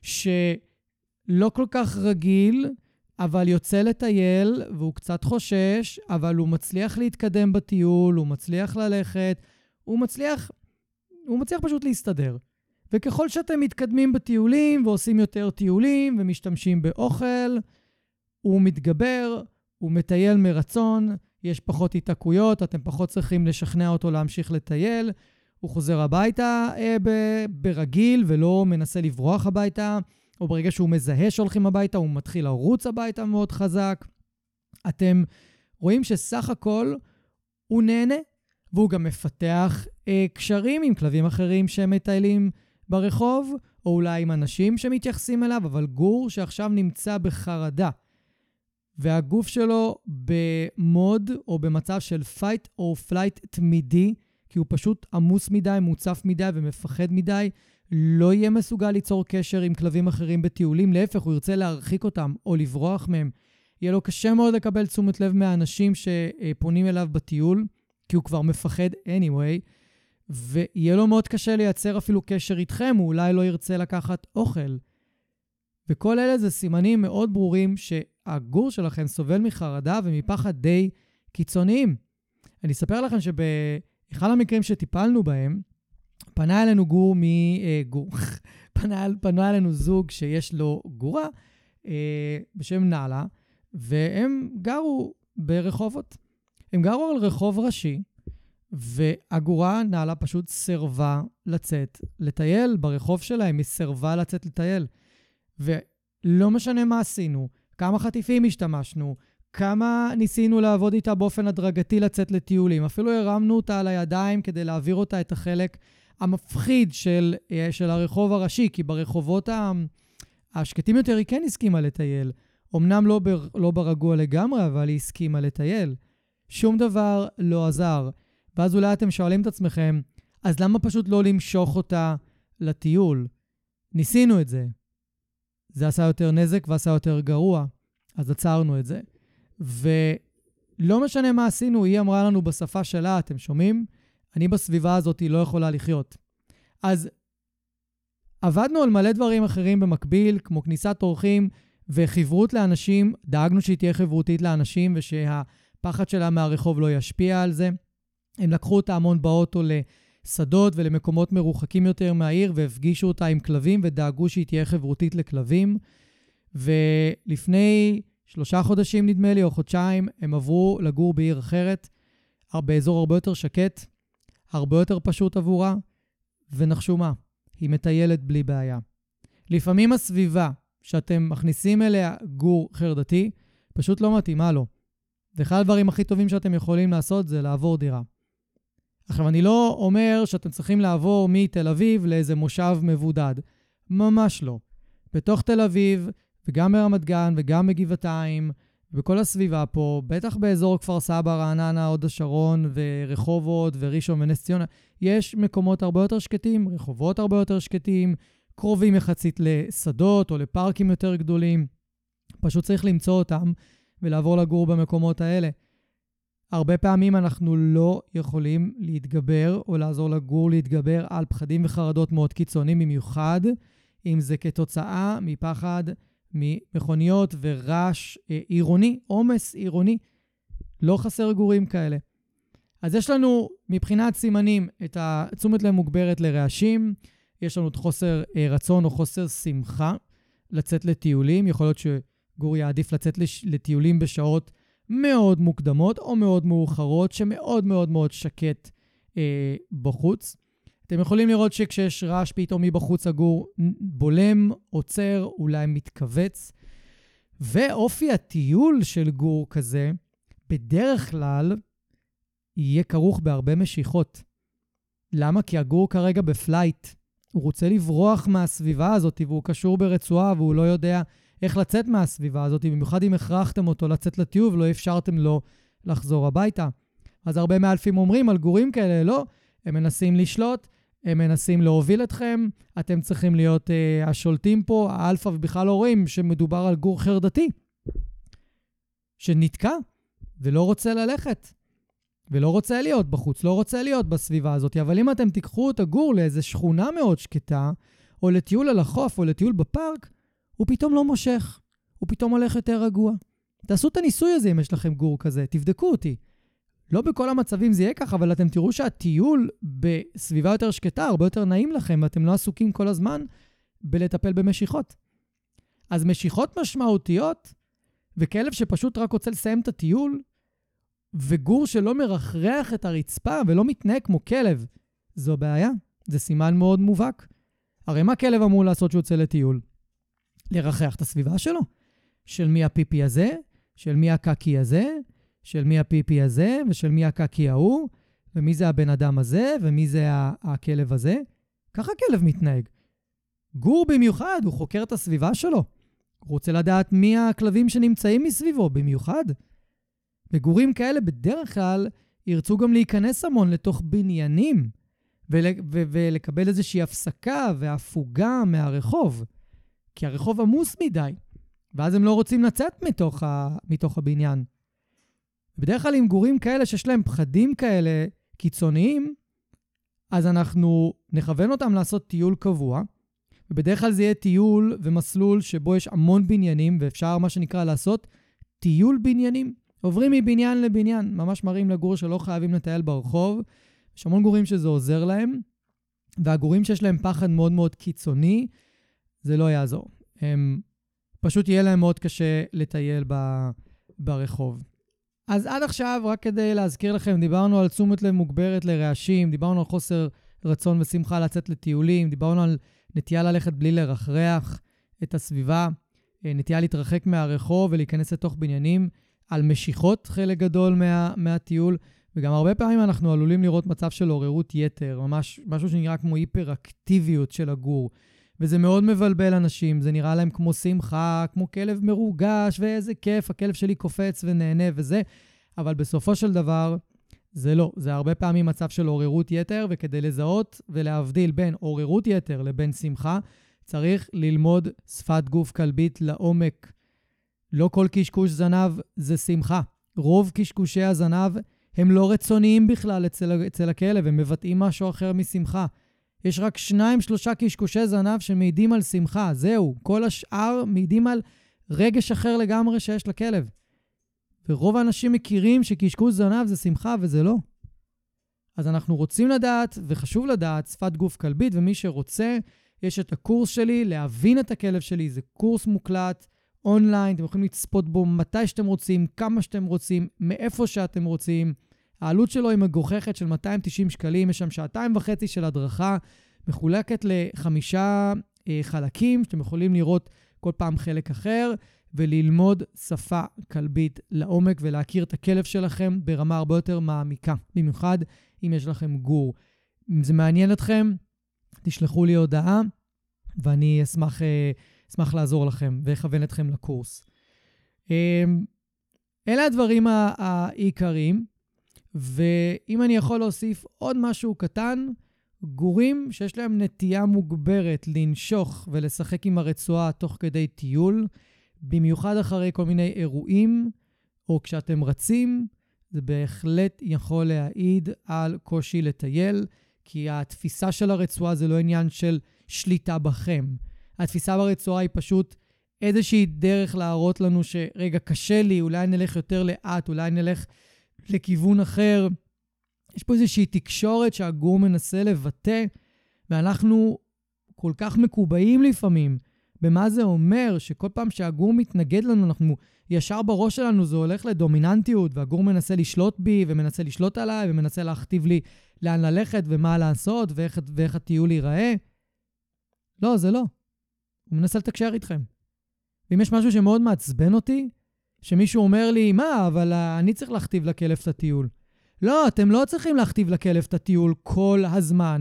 שלא כל כך רגיל, אבל יוצא לטייל והוא קצת חושש, אבל הוא מצליח להתקדם בטיול, הוא מצליח ללכת, הוא מצליח, הוא מצליח פשוט להסתדר. וככל שאתם מתקדמים בטיולים ועושים יותר טיולים ומשתמשים באוכל, הוא מתגבר, הוא מטייל מרצון, יש פחות התעקויות, אתם פחות צריכים לשכנע אותו להמשיך לטייל, הוא חוזר הביתה אה, ב- ברגיל ולא מנסה לברוח הביתה, או ברגע שהוא מזהה שהולכים הביתה, הוא מתחיל לרוץ הביתה מאוד חזק. אתם רואים שסך הכל הוא נהנה, והוא גם מפתח אה, קשרים עם כלבים אחרים שמטיילים ברחוב, או אולי עם אנשים שמתייחסים אליו, אבל גור שעכשיו נמצא בחרדה. והגוף שלו במוד או במצב של fight or flight תמידי, כי הוא פשוט עמוס מדי, מוצף מדי ומפחד מדי, לא יהיה מסוגל ליצור קשר עם כלבים אחרים בטיולים, להפך, הוא ירצה להרחיק אותם או לברוח מהם. יהיה לו קשה מאוד לקבל תשומת לב מהאנשים שפונים אליו בטיול, כי הוא כבר מפחד anyway, ויהיה לו מאוד קשה לייצר אפילו קשר איתכם, הוא אולי לא ירצה לקחת אוכל. וכל אלה זה סימנים מאוד ברורים שהגור שלכם סובל מחרדה ומפחד די קיצוניים. אני אספר לכם שבאחד המקרים שטיפלנו בהם, פנה אלינו גור מגור, פנה, פנה אלינו זוג שיש לו גורה אה, בשם נעלה, והם גרו ברחובות. הם גרו על רחוב ראשי, והגורה נעלה פשוט סרבה לצאת לטייל ברחוב שלהם, היא סרבה לצאת לטייל. ולא משנה מה עשינו, כמה חטיפים השתמשנו, כמה ניסינו לעבוד איתה באופן הדרגתי לצאת לטיולים, אפילו הרמנו אותה על הידיים כדי להעביר אותה את החלק המפחיד של, של הרחוב הראשי, כי ברחובות השקטים יותר היא כן הסכימה לטייל. אמנם לא, בר, לא ברגוע לגמרי, אבל היא הסכימה לטייל. שום דבר לא עזר. ואז אולי אתם שואלים את עצמכם, אז למה פשוט לא למשוך אותה לטיול? ניסינו את זה. זה עשה יותר נזק ועשה יותר גרוע. אז עצרנו את זה. ולא משנה מה עשינו, היא אמרה לנו בשפה שלה, אתם שומעים? אני בסביבה הזאת לא יכולה לחיות. אז עבדנו על מלא דברים אחרים במקביל, כמו כניסת אורחים וחברות לאנשים. דאגנו שהיא תהיה חברותית לאנשים ושהפחד שלה מהרחוב לא ישפיע על זה. הם לקחו אותה המון באוטו לשדות ולמקומות מרוחקים יותר מהעיר, והפגישו אותה עם כלבים ודאגו שהיא תהיה חברותית לכלבים. ולפני שלושה חודשים נדמה לי, או חודשיים, הם עברו לגור בעיר אחרת, באזור הרבה יותר שקט, הרבה יותר פשוט עבורה, ונחשו מה, היא מטיילת בלי בעיה. לפעמים הסביבה שאתם מכניסים אליה גור חרדתי, פשוט לא מתאימה לו. ואחד הדברים הכי טובים שאתם יכולים לעשות זה לעבור דירה. עכשיו, אני לא אומר שאתם צריכים לעבור מתל אביב לאיזה מושב מבודד. ממש לא. בתוך תל אביב, וגם ברמת גן, וגם בגבעתיים, בכל הסביבה פה, בטח באזור כפר סבא, רעננה, הוד השרון, ורחובות, וראשון ונס ציונה, יש מקומות הרבה יותר שקטים, רחובות הרבה יותר שקטים, קרובים יחסית לשדות או לפארקים יותר גדולים. פשוט צריך למצוא אותם ולעבור לגור במקומות האלה. הרבה פעמים אנחנו לא יכולים להתגבר או לעזור לגור להתגבר על פחדים וחרדות מאוד קיצוניים, במיוחד אם זה כתוצאה מפחד ממכוניות ורעש עירוני, עומס עירוני. לא חסר גורים כאלה. אז יש לנו מבחינת סימנים את התשומת לב מוגברת לרעשים, יש לנו את חוסר רצון או חוסר שמחה לצאת לטיולים. יכול להיות שגור יעדיף לצאת לטיולים בשעות מאוד מוקדמות או מאוד מאוחרות, שמאוד מאוד מאוד שקט אה, בחוץ. אתם יכולים לראות שכשיש רעש פתאומי בחוץ, הגור בולם, עוצר, אולי מתכווץ. ואופי הטיול של גור כזה, בדרך כלל, יהיה כרוך בהרבה משיכות. למה? כי הגור כרגע בפלייט. הוא רוצה לברוח מהסביבה הזאת, והוא קשור ברצועה, והוא לא יודע איך לצאת מהסביבה הזאת, במיוחד אם הכרחתם אותו לצאת לטיוב, לא אפשרתם לו לחזור הביתה. אז הרבה מאלפים אומרים על גורים כאלה, לא, הם מנסים לשלוט, הם מנסים להוביל אתכם, אתם צריכים להיות אה, השולטים פה, האלפא, ובכלל לא רואים שמדובר על גור חרדתי, שנתקע ולא רוצה ללכת, ולא רוצה להיות בחוץ, לא רוצה להיות בסביבה הזאת. אבל אם אתם תיקחו את הגור לאיזו שכונה מאוד שקטה, או לטיול על החוף, או לטיול בפארק, הוא פתאום לא מושך, הוא פתאום הולך יותר רגוע. תעשו את הניסוי הזה אם יש לכם גור כזה, תבדקו אותי. לא בכל המצבים זה יהיה ככה, אבל אתם תראו שהטיול בסביבה יותר שקטה, הרבה יותר נעים לכם, ואתם לא עסוקים כל הזמן בלטפל במשיכות. אז משיכות משמעותיות, וכלב שפשוט רק רוצה לסיים את הטיול, וגור שלא מרחרח את הרצפה ולא מתנהג כמו כלב, זו בעיה. זה סימן מאוד מובהק. הרי מה כלב אמור לעשות שהוא יוצא לטיול? לרחח את הסביבה שלו. של מי הפיפי הזה, של מי הקקי הזה, של מי הפיפי הזה, ושל מי הקקי ההוא, ומי זה הבן אדם הזה, ומי זה הכלב הזה. ככה כלב מתנהג. גור במיוחד, הוא חוקר את הסביבה שלו. הוא הוא רוצה לדעת מי הכלבים שנמצאים מסביבו, במיוחד. וגורים כאלה בדרך כלל ירצו גם להיכנס המון לתוך בניינים, ול, ו- ולקבל איזושהי הפסקה והפוגה מהרחוב, כי הרחוב עמוס מדי, ואז הם לא רוצים לצאת מתוך, ה- מתוך הבניין. בדרך כלל עם גורים כאלה שיש להם פחדים כאלה קיצוניים, אז אנחנו נכוון אותם לעשות טיול קבוע, ובדרך כלל זה יהיה טיול ומסלול שבו יש המון בניינים, ואפשר מה שנקרא לעשות טיול בניינים. עוברים מבניין לבניין, ממש מראים לגור שלא חייבים לטייל ברחוב. יש המון גורים שזה עוזר להם, והגורים שיש להם פחד מאוד מאוד קיצוני, זה לא יעזור. הם פשוט יהיה להם מאוד קשה לטייל ב, ברחוב. אז עד עכשיו, רק כדי להזכיר לכם, דיברנו על תשומת לב מוגברת לרעשים, דיברנו על חוסר רצון ושמחה לצאת לטיולים, דיברנו על נטייה ללכת בלי לרחרח את הסביבה, נטייה להתרחק מהרחוב ולהיכנס לתוך בניינים, על משיכות חלק גדול מה, מהטיול, וגם הרבה פעמים אנחנו עלולים לראות מצב של עוררות יתר, ממש משהו שנראה כמו היפר-אקטיביות של הגור, וזה מאוד מבלבל אנשים, זה נראה להם כמו שמחה, כמו כלב מרוגש, ואיזה כיף, הכלב שלי קופץ ונהנה וזה, אבל בסופו של דבר, זה לא, זה הרבה פעמים מצב של עוררות יתר, וכדי לזהות ולהבדיל בין עוררות יתר לבין שמחה, צריך ללמוד שפת גוף כלבית לעומק. לא כל קשקוש זנב זה שמחה. רוב קשקושי הזנב הם לא רצוניים בכלל אצל, אצל הכלב, הם מבטאים משהו אחר משמחה. יש רק שניים, שלושה קשקושי זנב שמעידים על שמחה, זהו. כל השאר מעידים על רגש אחר לגמרי שיש לכלב. ורוב האנשים מכירים שקשקוש זנב זה שמחה וזה לא. אז אנחנו רוצים לדעת, וחשוב לדעת, שפת גוף כלבית, ומי שרוצה, יש את הקורס שלי, להבין את הכלב שלי, זה קורס מוקלט, אונליין, אתם יכולים לצפות בו מתי שאתם רוצים, כמה שאתם רוצים, מאיפה שאתם רוצים. העלות שלו היא מגוחכת של מאתיים ותשעים שקלים, יש שם שעתיים וחצי של הדרכה, מחולקת לחמישה אה, חלקים, שאתם יכולים לראות כל פעם חלק אחר, וללמוד שפה כלבית לעומק, ולהכיר את הכלב שלכם ברמה הרבה יותר מעמיקה, במיוחד אם יש לכם גור. אם זה מעניין אתכם, תשלחו לי הודעה, ואני אשמח, אשמח לעזור לכם, ואכוון אתכם לקורס. אלה הדברים העיקריים, ואם אני יכול להוסיף עוד משהו קטן, גורים שיש להם נטייה מוגברת לנשוך ולשחק עם הרצועה תוך כדי טיול, במיוחד אחרי כל מיני אירועים, או כשאתם רצים, זה בהחלט יכול להעיד על קושי לטייל, כי התפיסה של הרצועה זה לא עניין של שליטה בכם. התפיסה ברצועה היא פשוט איזושהי דרך להראות לנו שרגע קשה לי, אולי נלך יותר לאט, אולי נלך לכיוון אחר. יש פה איזושהי תקשורת שהגור מנסה לבטא, ואנחנו כל כך מקובעים לפעמים במה זה אומר, שכל פעם שהגור מתנגד לנו, אנחנו ישר בראש שלנו זה הולך לדומיננטיות, והגור מנסה לשלוט בי ומנסה לשלוט עליי, ומנסה להכתיב לי לאן ללכת ומה לעשות, ואיך, ואיך הטיול ייראה. לא, זה לא. הוא מנסה לתקשר איתכם. ואם יש משהו שמאוד מעצבן אותי, שמישהו אומר לי, מה, אבל אני צריך להכתיב לכלב את הטיול. לא, אתם לא צריכים להכתיב לכלב את הטיול כל הזמן.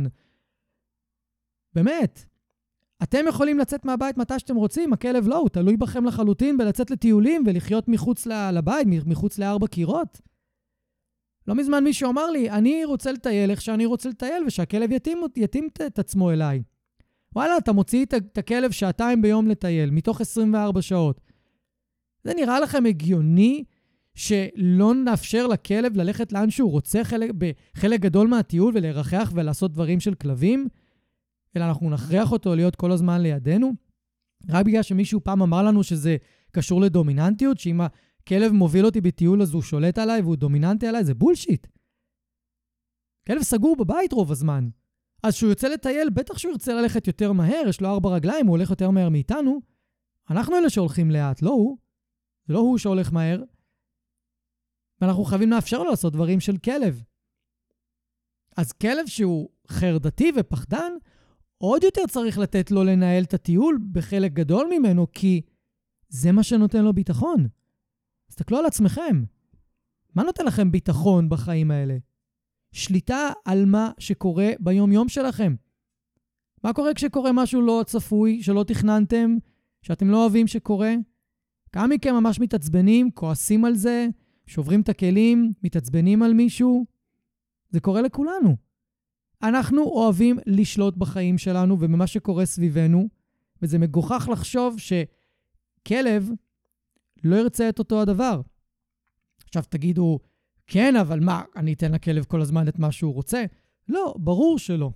באמת. אתם יכולים לצאת מהבית מתי שאתם רוצים, הכלב לא, הוא תלוי בכם לחלוטין בלצאת לטיולים ולחיות מחוץ לבית, מחוץ לארבע קירות. לא מזמן מישהו אמר לי, אני רוצה לטייל איך שאני רוצה לטייל, ושהכלב יתאים, יתאים את עצמו אליי. וואלה, אתה מוציא את הכלב שעתיים ביום לטייל, מתוך עשרים וארבע שעות. זה נראה לכם הגיוני שלא נאפשר לכלב ללכת לאן שהוא רוצה חלק, בחלק גדול מהטיול ולרחח ולעשות דברים של כלבים? אלא אנחנו נכריח אותו להיות כל הזמן לידינו? רק בגלל שמישהו פעם אמר לנו שזה קשור לדומיננטיות, שאם הכלב מוביל אותי בטיול אז הוא שולט עליי והוא דומיננטי עליי, זה בולשיט. כלב סגור בבית רוב הזמן. אז שהוא יוצא לטייל, בטח שהוא ירצה ללכת יותר מהר, יש לו ארבע רגליים, הוא הולך יותר מהר מאיתנו. אנחנו אלה שהולכים לאט, לא הוא. זה לא הוא שהולך מהר. ואנחנו חייבים לאפשר לו לעשות דברים של כלב. אז כלב שהוא חרדתי ופחדן, עוד יותר צריך לתת לו לנהל את הטיול בחלק גדול ממנו, כי זה מה שנותן לו ביטחון. אז תסתכלו על עצמכם. מה נותן לכם ביטחון בחיים האלה? שליטה על מה שקורה ביום יום שלכם. מה קורה כשקורה משהו לא צפוי, שלא תכננתם? שאתם לא אוהבים שקורה? כמה מכם ממש מתעצבנים, כועסים על זה, שוברים את הכלים, מתעצבנים על מישהו? זה קורה לכולנו. אנחנו אוהבים לשלוט בחיים שלנו ובמה שקורה סביבנו, וזה מגוחך לחשוב שכלב לא ירצה את אותו הדבר. עכשיו תגידו, כן, אבל מה, אני אתן לכלב כל הזמן את מה שהוא רוצה? לא, ברור שלא.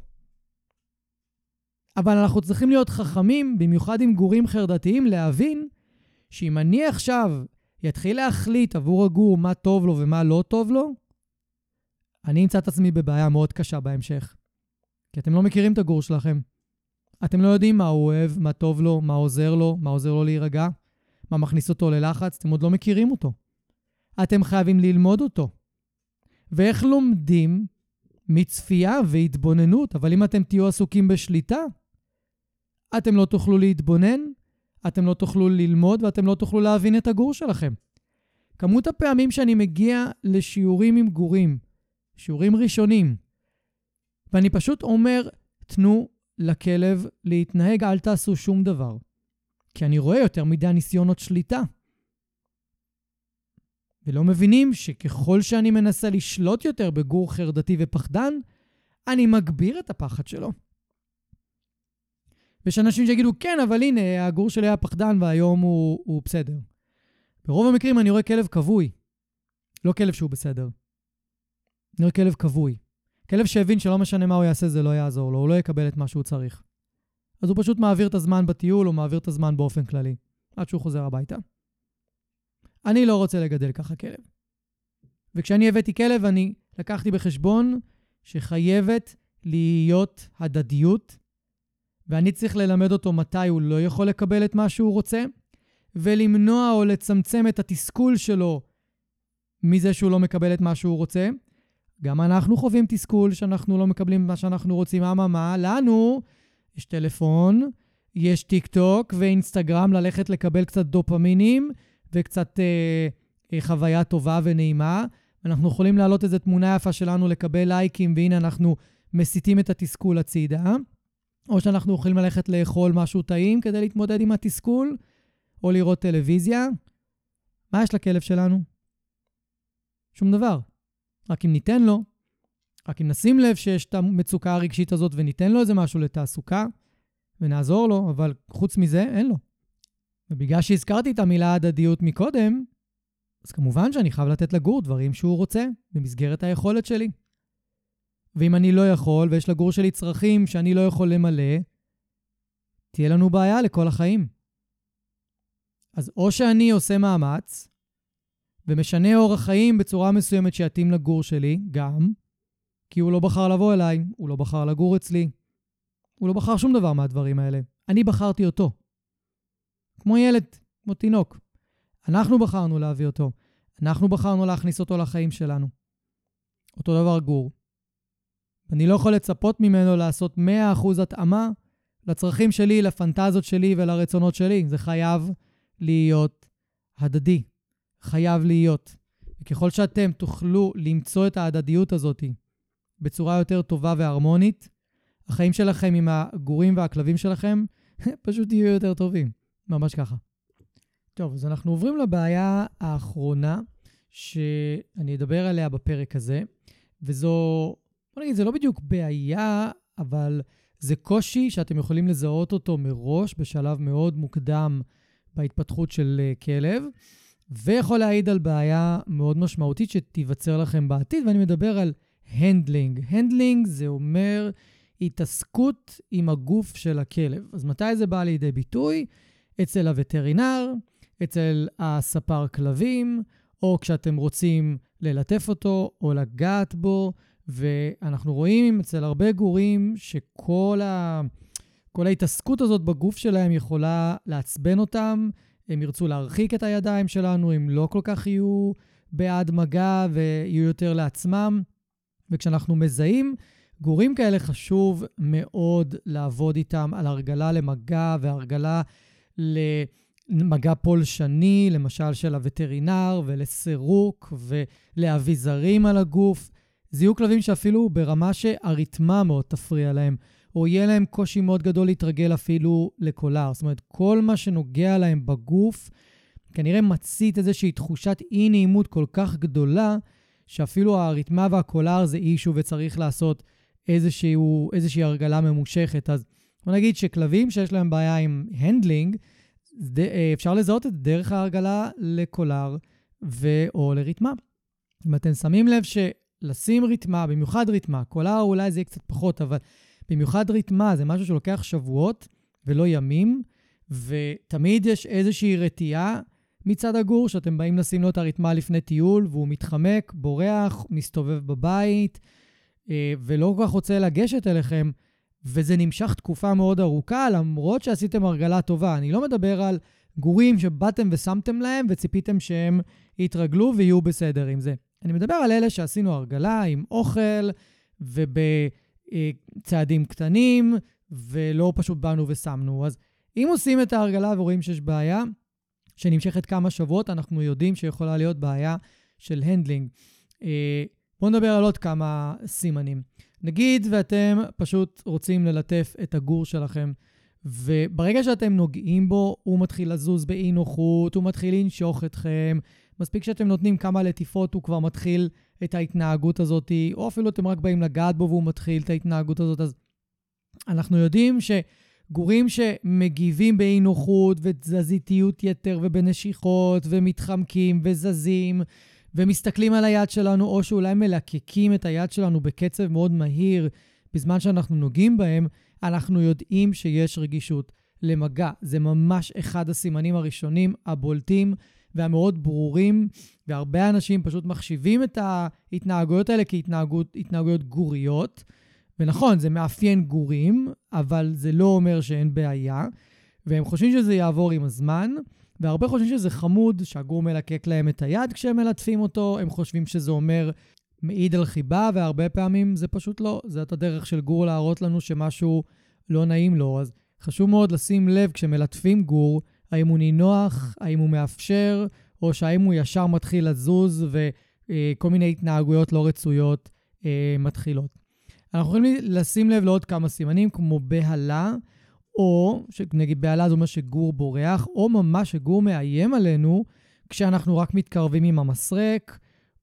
אבל אנחנו צריכים להיות חכמים, במיוחד עם גורים חרדתיים, להבין שאם אני עכשיו יתחיל להחליט עבור הגור מה טוב לו ומה לא טוב לו, אני אמצא את עצמי בבעיה מאוד קשה בהמשך. כי אתם לא מכירים את הגור שלכם. אתם לא יודעים מה הוא אוהב, מה טוב לו, מה עוזר לו, מה עוזר לו להירגע, מה מכניס אותו ללחץ, אתם עוד לא מכירים אותו. אתם חייבים ללמוד אותו. ואיך לומדים? מצפייה והתבוננות, אבל אם אתם תהיו עסוקים בשליטה, אתם לא תוכלו להתבונן, אתם לא תוכלו ללמוד, ואתם לא תוכלו להבין את הגור שלכם. כמות הפעמים שאני מגיע לשיעורים עם גורים, שיעורים ראשונים, ואני פשוט אומר, תנו לכלב להתנהג, אל תעשו שום דבר. כי אני רואה יותר מדי ניסיונות שליטה. ולא מבינים שככל שאני מנסה לשלוט יותר בגור חרדתי ופחדן, אני מגביר את הפחד שלו. ויש אנשים שיגידו, כן, אבל הנה, הגור שלי היה פחדן והיום הוא, הוא בסדר. ברוב המקרים אני רואה כלב כבוי, לא כלב שהוא בסדר. אני רואה כלב כבוי. כלב שהבין שלא משנה מה הוא יעשה, זה לא יעזור לו, הוא לא יקבל את מה שהוא צריך. אז הוא פשוט מעביר את הזמן בטיול, או מעביר את הזמן באופן כללי, עד שהוא חוזר הביתה. אני לא רוצה לגדל ככה כלב. וכשאני הבאתי כלב, אני לקחתי בחשבון שחייבת להיות הדדיות, ואני צריך ללמד אותו מתי הוא לא יכול לקבל את מה שהוא רוצה, ולמנוע או לצמצם את התסכול שלו מזה שהוא לא מקבל את מה שהוא רוצה. גם אנחנו חווים תסכול שאנחנו לא מקבלים מה שאנחנו רוצים. אממה, לנו יש טלפון, יש טיק טוק ואינסטגרם, ללכת לקבל קצת דופמינים וקצת אה, אה, חוויה טובה ונעימה. אנחנו יכולים להעלות איזו תמונה יפה שלנו, לקבל לייקים, והנה אנחנו מסיתים את התסכול הצידה. או שאנחנו יכולים ללכת לאכול משהו טעים כדי להתמודד עם התסכול, או לראות טלוויזיה. מה יש לכלב שלנו? שום דבר. רק אם ניתן לו, רק אם נשים לב שיש את המצוקה הרגשית הזאת וניתן לו איזה משהו לתעסוקה, ונעזור לו, אבל חוץ מזה אין לו. ובגלל שהזכרתי את המילה הדדיות מקודם, אז כמובן שאני חייב לתת לגור דברים שהוא רוצה, במסגרת היכולת שלי. ואם אני לא יכול, ויש לגור שלי צרכים שאני לא יכול למלא, תהיה לנו בעיה לכל החיים. אז או שאני עושה מאמץ, ומשנה אורח חיים בצורה מסוימת שיתאים לגור שלי, גם, כי הוא לא בחר לבוא אליי, הוא לא בחר לגור אצלי, הוא לא בחר שום דבר מהדברים האלה. אני בחרתי אותו. כמו ילד, כמו תינוק. אנחנו בחרנו להביא אותו. אנחנו בחרנו להכניס אותו לחיים שלנו. אותו דבר גור. אני לא יכול לצפות ממנו לעשות מאה אחוז התאמה לצרכים שלי, לפנטזיות שלי ולרצונות שלי. זה חייב להיות הדדי. חייב להיות. וככל שאתם תוכלו למצוא את ההדדיות הזאת בצורה יותר טובה והרמונית, החיים שלכם עם הגורים והכלבים שלכם פשוט יהיו יותר טובים. ממש ככה. טוב, אז אנחנו עוברים לבעיה האחרונה שאני אדבר עליה בפרק הזה, וזו, בוא נגיד, זה לא בדיוק בעיה, אבל זה קושי שאתם יכולים לזהות אותו מראש בשלב מאוד מוקדם בהתפתחות של כלב, ויכול להעיד על בעיה מאוד משמעותית שתיווצר לכם בעתיד, ואני מדבר על הנדלינג. הנדלינג זה אומר התעסקות עם הגוף של הכלב. אז מתי זה בא לידי ביטוי? אצל הווטרינר, אצל הספר כלבים, או כשאתם רוצים ללטף אותו או לגעת בו, ואנחנו רואים אצל הרבה גורים שכל ה... כל ההתעסקות הזאת בגוף שלהם יכולה לעצבן אותם, הם ירצו להרחיק את הידיים שלנו, הם לא כל כך יהיו בעד מגע ויהיו יותר לעצמם. וכשאנחנו מזהים גורים כאלה, חשוב מאוד לעבוד איתם על הרגלה למגע והרגלה למגע פולשני, למשל של הווטרינר, ולסירוק ולאביזרים על הגוף. זה יהיו כלבים שאפילו ברמה שהריתמה מאוד תפריע להם, או יהיה להם קושי מאוד גדול להתרגל אפילו לקולר. זאת אומרת, כל מה שנוגע להם בגוף, כנראה מצית איזושהי תחושת אי נעימות כל כך גדולה, שאפילו הריתמה והקולר זה אישו וצריך לעשות איזשהו, איזושהי הרגלה ממושכת. אז בוא נגיד שכלבים שיש להם בעיה עם הנדלינג, אפשר לזהות את דרך ההרגלה לקולר ו- או לריתמה. אם אתם שמים לב שלשים ריתמה, במיוחד ריתמה, קולר אולי זה יהיה קצת פחות, אבל במיוחד ריתמה זה משהו שלוקח שבועות ולא ימים, ותמיד יש איזושהי רתיעה מצד הגור, שאתם באים לשים לו את הריתמה לפני טיול, והוא מתחמק, בורח, מסתובב בבית, ולא כל כך רוצה לגשת אליכם, וזה נמשך תקופה מאוד ארוכה, למרות שעשיתם הרגלה טובה. אני לא מדבר על גורים שבאתם ושמתם להם, וציפיתם שהם יתרגלו ויהיו בסדר עם זה. אני מדבר על אלה שעשינו הרגלה עם אוכל, ובצעדים קטנים, ולא פשוט באנו ושמנו. אז אם עושים את ההרגלה ורואים שיש בעיה, שנמשכת כמה שבועות, אנחנו יודעים שיכולה להיות בעיה של הנדלינג. בואו נדבר על עוד כמה סימנים. נגיד ואתם פשוט רוצים ללטף את הגור שלכם, וברגע שאתם נוגעים בו, הוא מתחיל לזוז באי נוחות, הוא מתחיל לנשוך אתכם, מספיק שאתם נותנים כמה לטיפות, הוא כבר מתחיל את ההתנהגות הזאת, או אפילו אתם רק באים לגעת בו והוא מתחיל את ההתנהגות הזאת, אז אנחנו יודעים שגורים שמגיבים באי נוחות ותזזיתיות יתר ובנשיכות ומתחמקים וזזים, ומסתכלים על היד שלנו, או שאולי מלקקים את היד שלנו בקצב מאוד מהיר, בזמן שאנחנו נוגעים בהם, אנחנו יודעים שיש רגישות למגע. זה ממש אחד הסימנים הראשונים, הבולטים והמאוד ברורים, והרבה אנשים פשוט מחשיבים את ההתנהגויות האלה כהתנהגויות גוריות, ונכון, זה מאפיין גורים, אבל זה לא אומר שאין בעיה, והם חושבים שזה יעבור עם הזמן, והרבה חושבים שזה חמוד, שהגור מלקק להם את היד כשהם מלטפים אותו, הם חושבים שזה אומר מעיד על חיבה, והרבה פעמים זה פשוט לא. זאת הדרך של גור להראות לנו שמשהו לא נעים לו. אז חשוב מאוד לשים לב כשמלטפים גור, האם הוא נינוח, האם הוא מאפשר, או שהאם הוא ישר מתחיל לזוז, וכל מיני התנהגויות לא רצויות מתחילות. אנחנו יכולים לשים לב לעוד כמה סימנים, כמו בהלה, או, נגיד בהלה זה אומר שגור בורח, או ממש שגור מאיים עלינו, כשאנחנו רק מתקרבים עם המסרק,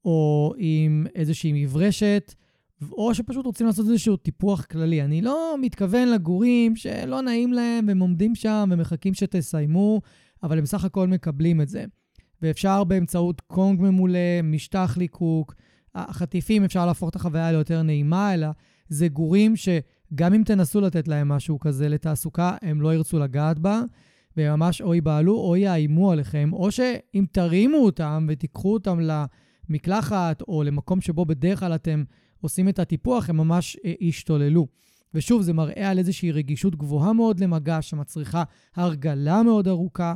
או עם איזושהי מברשת, או שפשוט רוצים לעשות איזשהו טיפוח כללי. אני לא מתכוון לגורים שלא נעים להם, והם עומדים שם ומחכים שתסיימו, אבל הם בסך הכל מקבלים את זה. ואפשר באמצעות קונג ממולא, משטח ליקוק, החטיפים אפשר להפוך את החוויה ליותר נעימה, אלא זה גורים שגם אם תנסו לתת להם משהו כזה לתעסוקה, הם לא ירצו לגעת בה, וממש או ייבעלו או יאיימו עליכם, או שאם תרימו אותם ותיקחו אותם למקלחת, או למקום שבו בדרך כלל אתם עושים את הטיפוח, הם ממש ישתוללו. ושוב, זה מראה על איזושהי רגישות גבוהה מאוד למגע, שמצריכה הרגלה מאוד ארוכה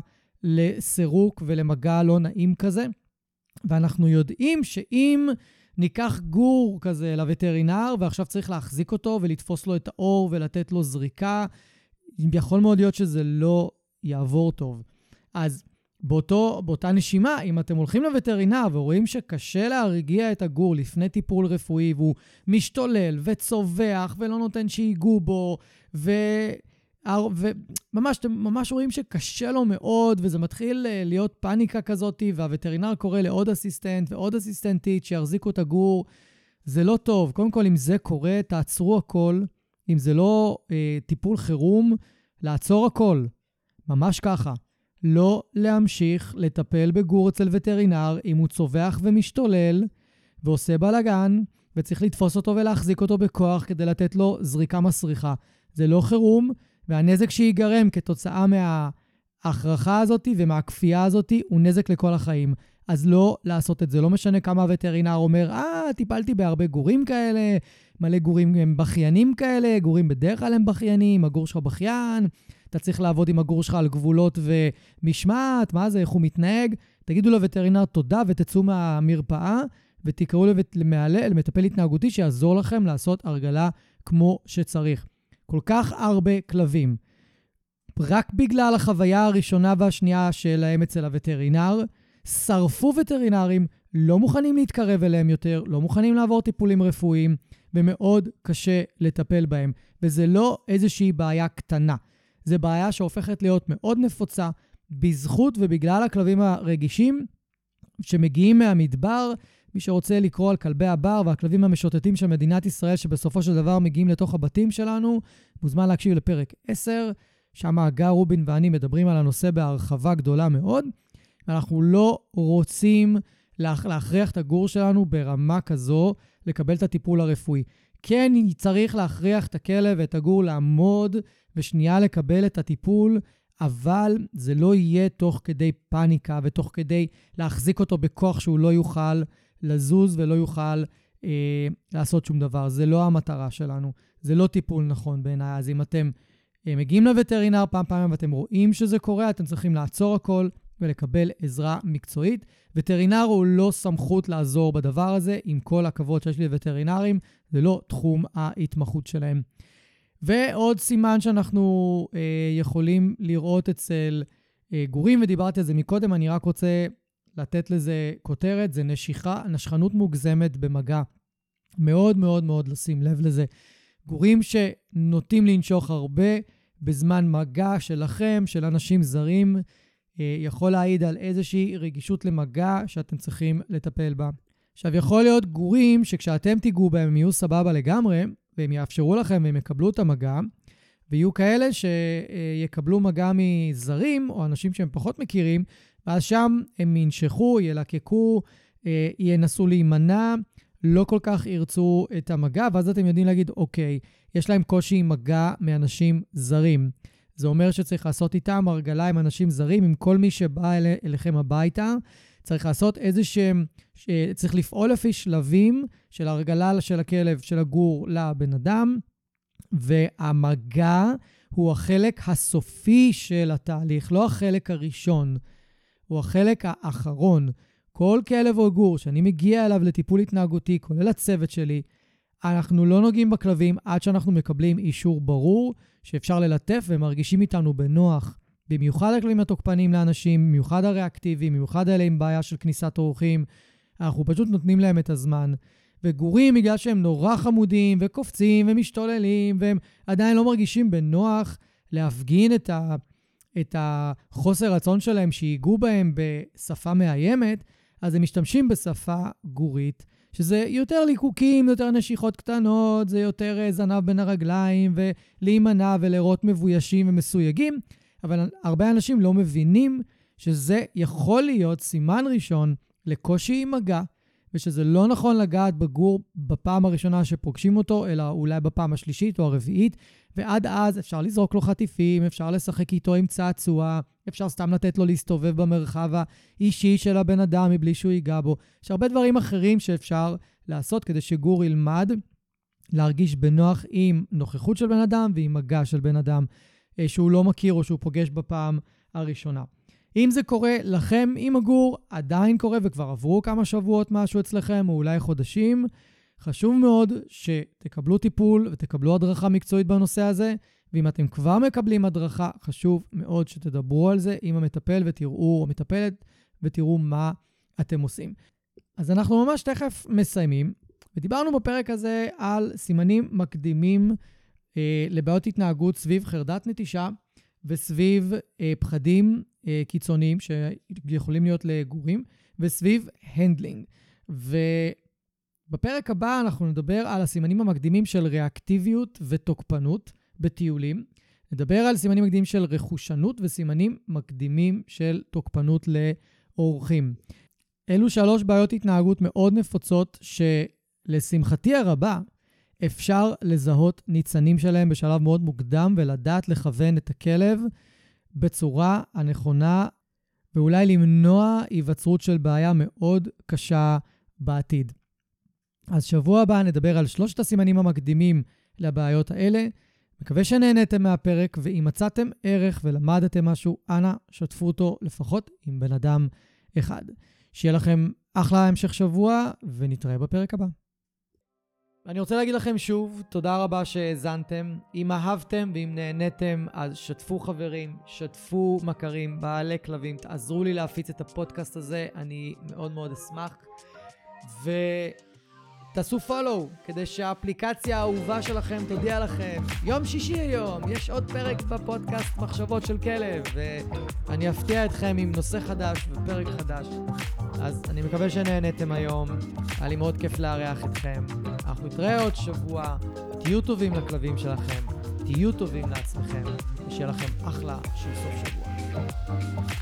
לסירוק ולמגע לא נעים כזה. ואנחנו יודעים שאם ניקח גור כזה לווטרינר, ועכשיו צריך להחזיק אותו ולתפוס לו את האור ולתת לו זריקה, יכול מאוד להיות שזה לא יעבור טוב. אז באותו, באותה נשימה, אם אתם הולכים לווטרינר ורואים שקשה להרגיע את הגור לפני טיפול רפואי, והוא משתולל וצובח ולא נותן שיגעו בו, ו... וממש, אתם ממש רואים שקשה לו מאוד, וזה מתחיל להיות פאניקה כזאת, והווטרינר קורא לעוד אסיסטנט ועוד אסיסטנטית שיחזיקו את הגור. זה לא טוב. קודם כל, אם זה קורה, תעצרו הכל. אם זה לא אה, טיפול חירום, לעצור הכל. ממש ככה. לא להמשיך לטפל בגור אצל וטרינר, אם הוא צובח ומשתולל, ועושה בלגן, וצריך לתפוס אותו ולהחזיק אותו בכוח כדי לתת לו זריקה מסריחה. זה לא חירום, והנזק שיגרם כתוצאה מההכרחה הזאת ומהכפייה הזאת הוא נזק לכל החיים. אז לא לעשות את זה. לא משנה כמה הווטרינר אומר, אה, טיפלתי בהרבה גורים כאלה, מלא גורים הם בכיינים כאלה, גורים בדרך כלל הם בכיינים, הגור שלך בכיין, אתה צריך לעבוד עם הגור שלך על גבולות ומשמעת, מה זה, איך הוא מתנהג. תגידו לווטרינר תודה ותצאו מהמרפאה, ותקראו למטפל התנהגותי שיעזור לכם לעשות הרגלה כמו שצריך. כל כך הרבה כלבים, רק בגלל החוויה הראשונה והשנייה שלהם אצל הווטרינר, שרפו וטרינרים לא מוכנים להתקרב אליהם יותר, לא מוכנים לעבור טיפולים רפואיים, ומאוד קשה לטפל בהם. וזה לא איזושהי בעיה קטנה. זה בעיה שהופכת להיות מאוד נפוצה, בזכות ובגלל הכלבים הרגישים שמגיעים מהמדבר, מי שרוצה לקרוא על כלבי הבר והכלבים המשוטטים של מדינת ישראל, שבסופו של דבר מגיעים לתוך הבתים שלנו, מוזמן להקשיב לפרק עשר, שם הגר רובין ואני מדברים על הנושא בהרחבה גדולה מאוד, ואנחנו לא רוצים להכריח את הגור שלנו ברמה כזו לקבל את הטיפול הרפואי. כן, צריך להכריח את הכלב ואת הגור לעמוד ושנייה לקבל את הטיפול, אבל זה לא יהיה תוך כדי פאניקה ותוך כדי להחזיק אותו בכוח שהוא לא יוכל לזוז ולא יוכל אה, לעשות שום דבר. זה לא המטרה שלנו. זה לא טיפול נכון בעיניי. אז אם אתם אה, מגיעים לווטרינר פעם פעם ואתם רואים שזה קורה, אתם צריכים לעצור הכל ולקבל עזרה מקצועית. וטרינר הוא לא סמכות לעזור בדבר הזה, עם כל הכבוד שיש לי לווטרינרים, זה לא תחום ההתמחות שלהם. ועוד סימן שאנחנו אה, יכולים לראות אצל אה, גורים, ודיברתי על זה מקודם, אני רק רוצה לתת לזה כותרת, זה נשיכה, נשכנות מוגזמת במגע. מאוד מאוד מאוד לשים לב לזה. גורים שנוטים לנשוך הרבה בזמן מגע שלכם, של אנשים זרים, אה, יכול להעיד על איזושהי רגישות למגע שאתם צריכים לטפל בה. עכשיו, יכול להיות גורים שכשאתם תיגעו בהם הם יהיו סבבה לגמרי, והם יאפשרו לכם והם יקבלו את המגע, ויהיו כאלה שיקבלו מגע מזרים, או אנשים שהם פחות מכירים, ואז שם הם ינשכו, ילקקו, ינסו להימנע, לא כל כך ירצו את המגע, ואז אתם יודעים להגיד, אוקיי, יש להם קושי עם מגע מאנשים זרים. זה אומר שצריך לעשות איתם הרגלה עם אנשים זרים, עם כל מי שבא אל, אליכם הביתה, צריך לעשות איזה שהם, צריך לפעול לפי שלבים של הרגלה של הכלב, של הגור לבן אדם, והמגע הוא החלק הסופי של התהליך, לא החלק הראשון, הוא החלק האחרון. כל כלב או גור שאני מגיע אליו לטיפול התנהגותי, כולל הצוות שלי, אנחנו לא נוגעים בכלבים עד שאנחנו מקבלים אישור ברור שאפשר ללטף ומרגישים איתנו בנוח. במיוחד הכלבים התוקפנים לאנשים, במיוחד הריאקטיביים, במיוחד אלה עם בעיה של כניסת אורחים, אנחנו פשוט נותנים להם את הזמן. וגורים, בגלל שהם נורא חמודים וקופצים ומשתוללים, והם עדיין לא מרגישים בנוח להפגין את, ה, את החוסר רצון שלהם שיגעו בהם בשפה מאיימת, אז הם משתמשים בשפה גורית, שזה יותר ליקוקים, יותר נשיכות קטנות, זה יותר זנב בין הרגליים, ולהימנע ולראות מבוישים ומסויגים, אבל הרבה אנשים לא מבינים שזה יכול להיות סימן ראשון לקושי עם מגע, ושזה לא נכון לגעת בגור בפעם הראשונה שפוגשים אותו, אלא אולי בפעם השלישית או הרביעית, ועד אז אפשר לזרוק לו חטיפים, אפשר לשחק איתו עם צעצוע, אפשר סתם לתת לו להסתובב במרחב האישי של הבן אדם מבלי שהוא ייגע בו. יש הרבה דברים אחרים שאפשר לעשות כדי שגור ילמד להרגיש בנוח עם נוכחות של בן אדם ועם מגע של בן אדם שהוא לא מכיר או שהוא פוגש בפעם הראשונה. אם זה קורה לכם עם הגור, עדיין קורה וכבר עברו כמה שבועות משהו אצלכם או אולי חודשים, חשוב מאוד שתקבלו טיפול ותקבלו הדרכה מקצועית בנושא הזה, ואם אתם כבר מקבלים הדרכה, חשוב מאוד שתדברו על זה עם המטפל ותראו, או מטפלת, ותראו מה אתם עושים. אז אנחנו ממש תכף מסיימים, ודיברנו בפרק הזה על סימנים מקדימים אה, לבעיות התנהגות סביב חרדת נטישה, וסביב אה, פחדים אה, קיצוניים שיכולים להיות לגורים, וסביב הנדלינג. ובפרק הבא אנחנו נדבר על הסימנים המקדימים של ריאקטיביות ותוקפנות בטיולים. נדבר על סימנים מקדימים של רכושנות וסימנים מקדימים של תוקפנות לאורחים. אלו שלוש בעיות התנהגות מאוד נפוצות שלשמחתי הרבה אפשר לזהות ניצנים שלהם בשלב מאוד מוקדם ולדעת לכוון את הכלב בצורה הנכונה ואולי למנוע היווצרות של בעיה מאוד קשה בעתיד. אז שבוע הבא נדבר על שלושת הסימנים המקדימים לבעיות האלה. מקווה שנהנתם מהפרק, ואם מצאתם ערך ולמדתם משהו, אנא שתפו אותו לפחות עם בן אדם אחד. שיהיה לכם אחלה המשך שבוע ונתראה בפרק הבא. אני רוצה להגיד לכם שוב, תודה רבה שהאזנתם. אם אהבתם ואם נהניתם, אז שתפו חברים, שתפו מכרים, בעלי כלבים, תעזרו לי להפיץ את הפודקאסט הזה, אני מאוד מאוד אשמח. ותעשו פולו, כדי שהאפליקציה האהובה שלכם תודיע לכם. יום שישי היום, יש עוד פרק בפודקאסט מחשבות של כלב, ואני אפתיע אתכם עם נושא חדש ופרק חדש. אז אני מקווה שנהניתם היום, היה לי מאוד כיף לארח אתכם. אנחנו נתראה עוד שבוע, תהיו טובים לכלבים שלכם, תהיו טובים לעצמכם, ושיהיה לכם אחלה של סוף שבוע.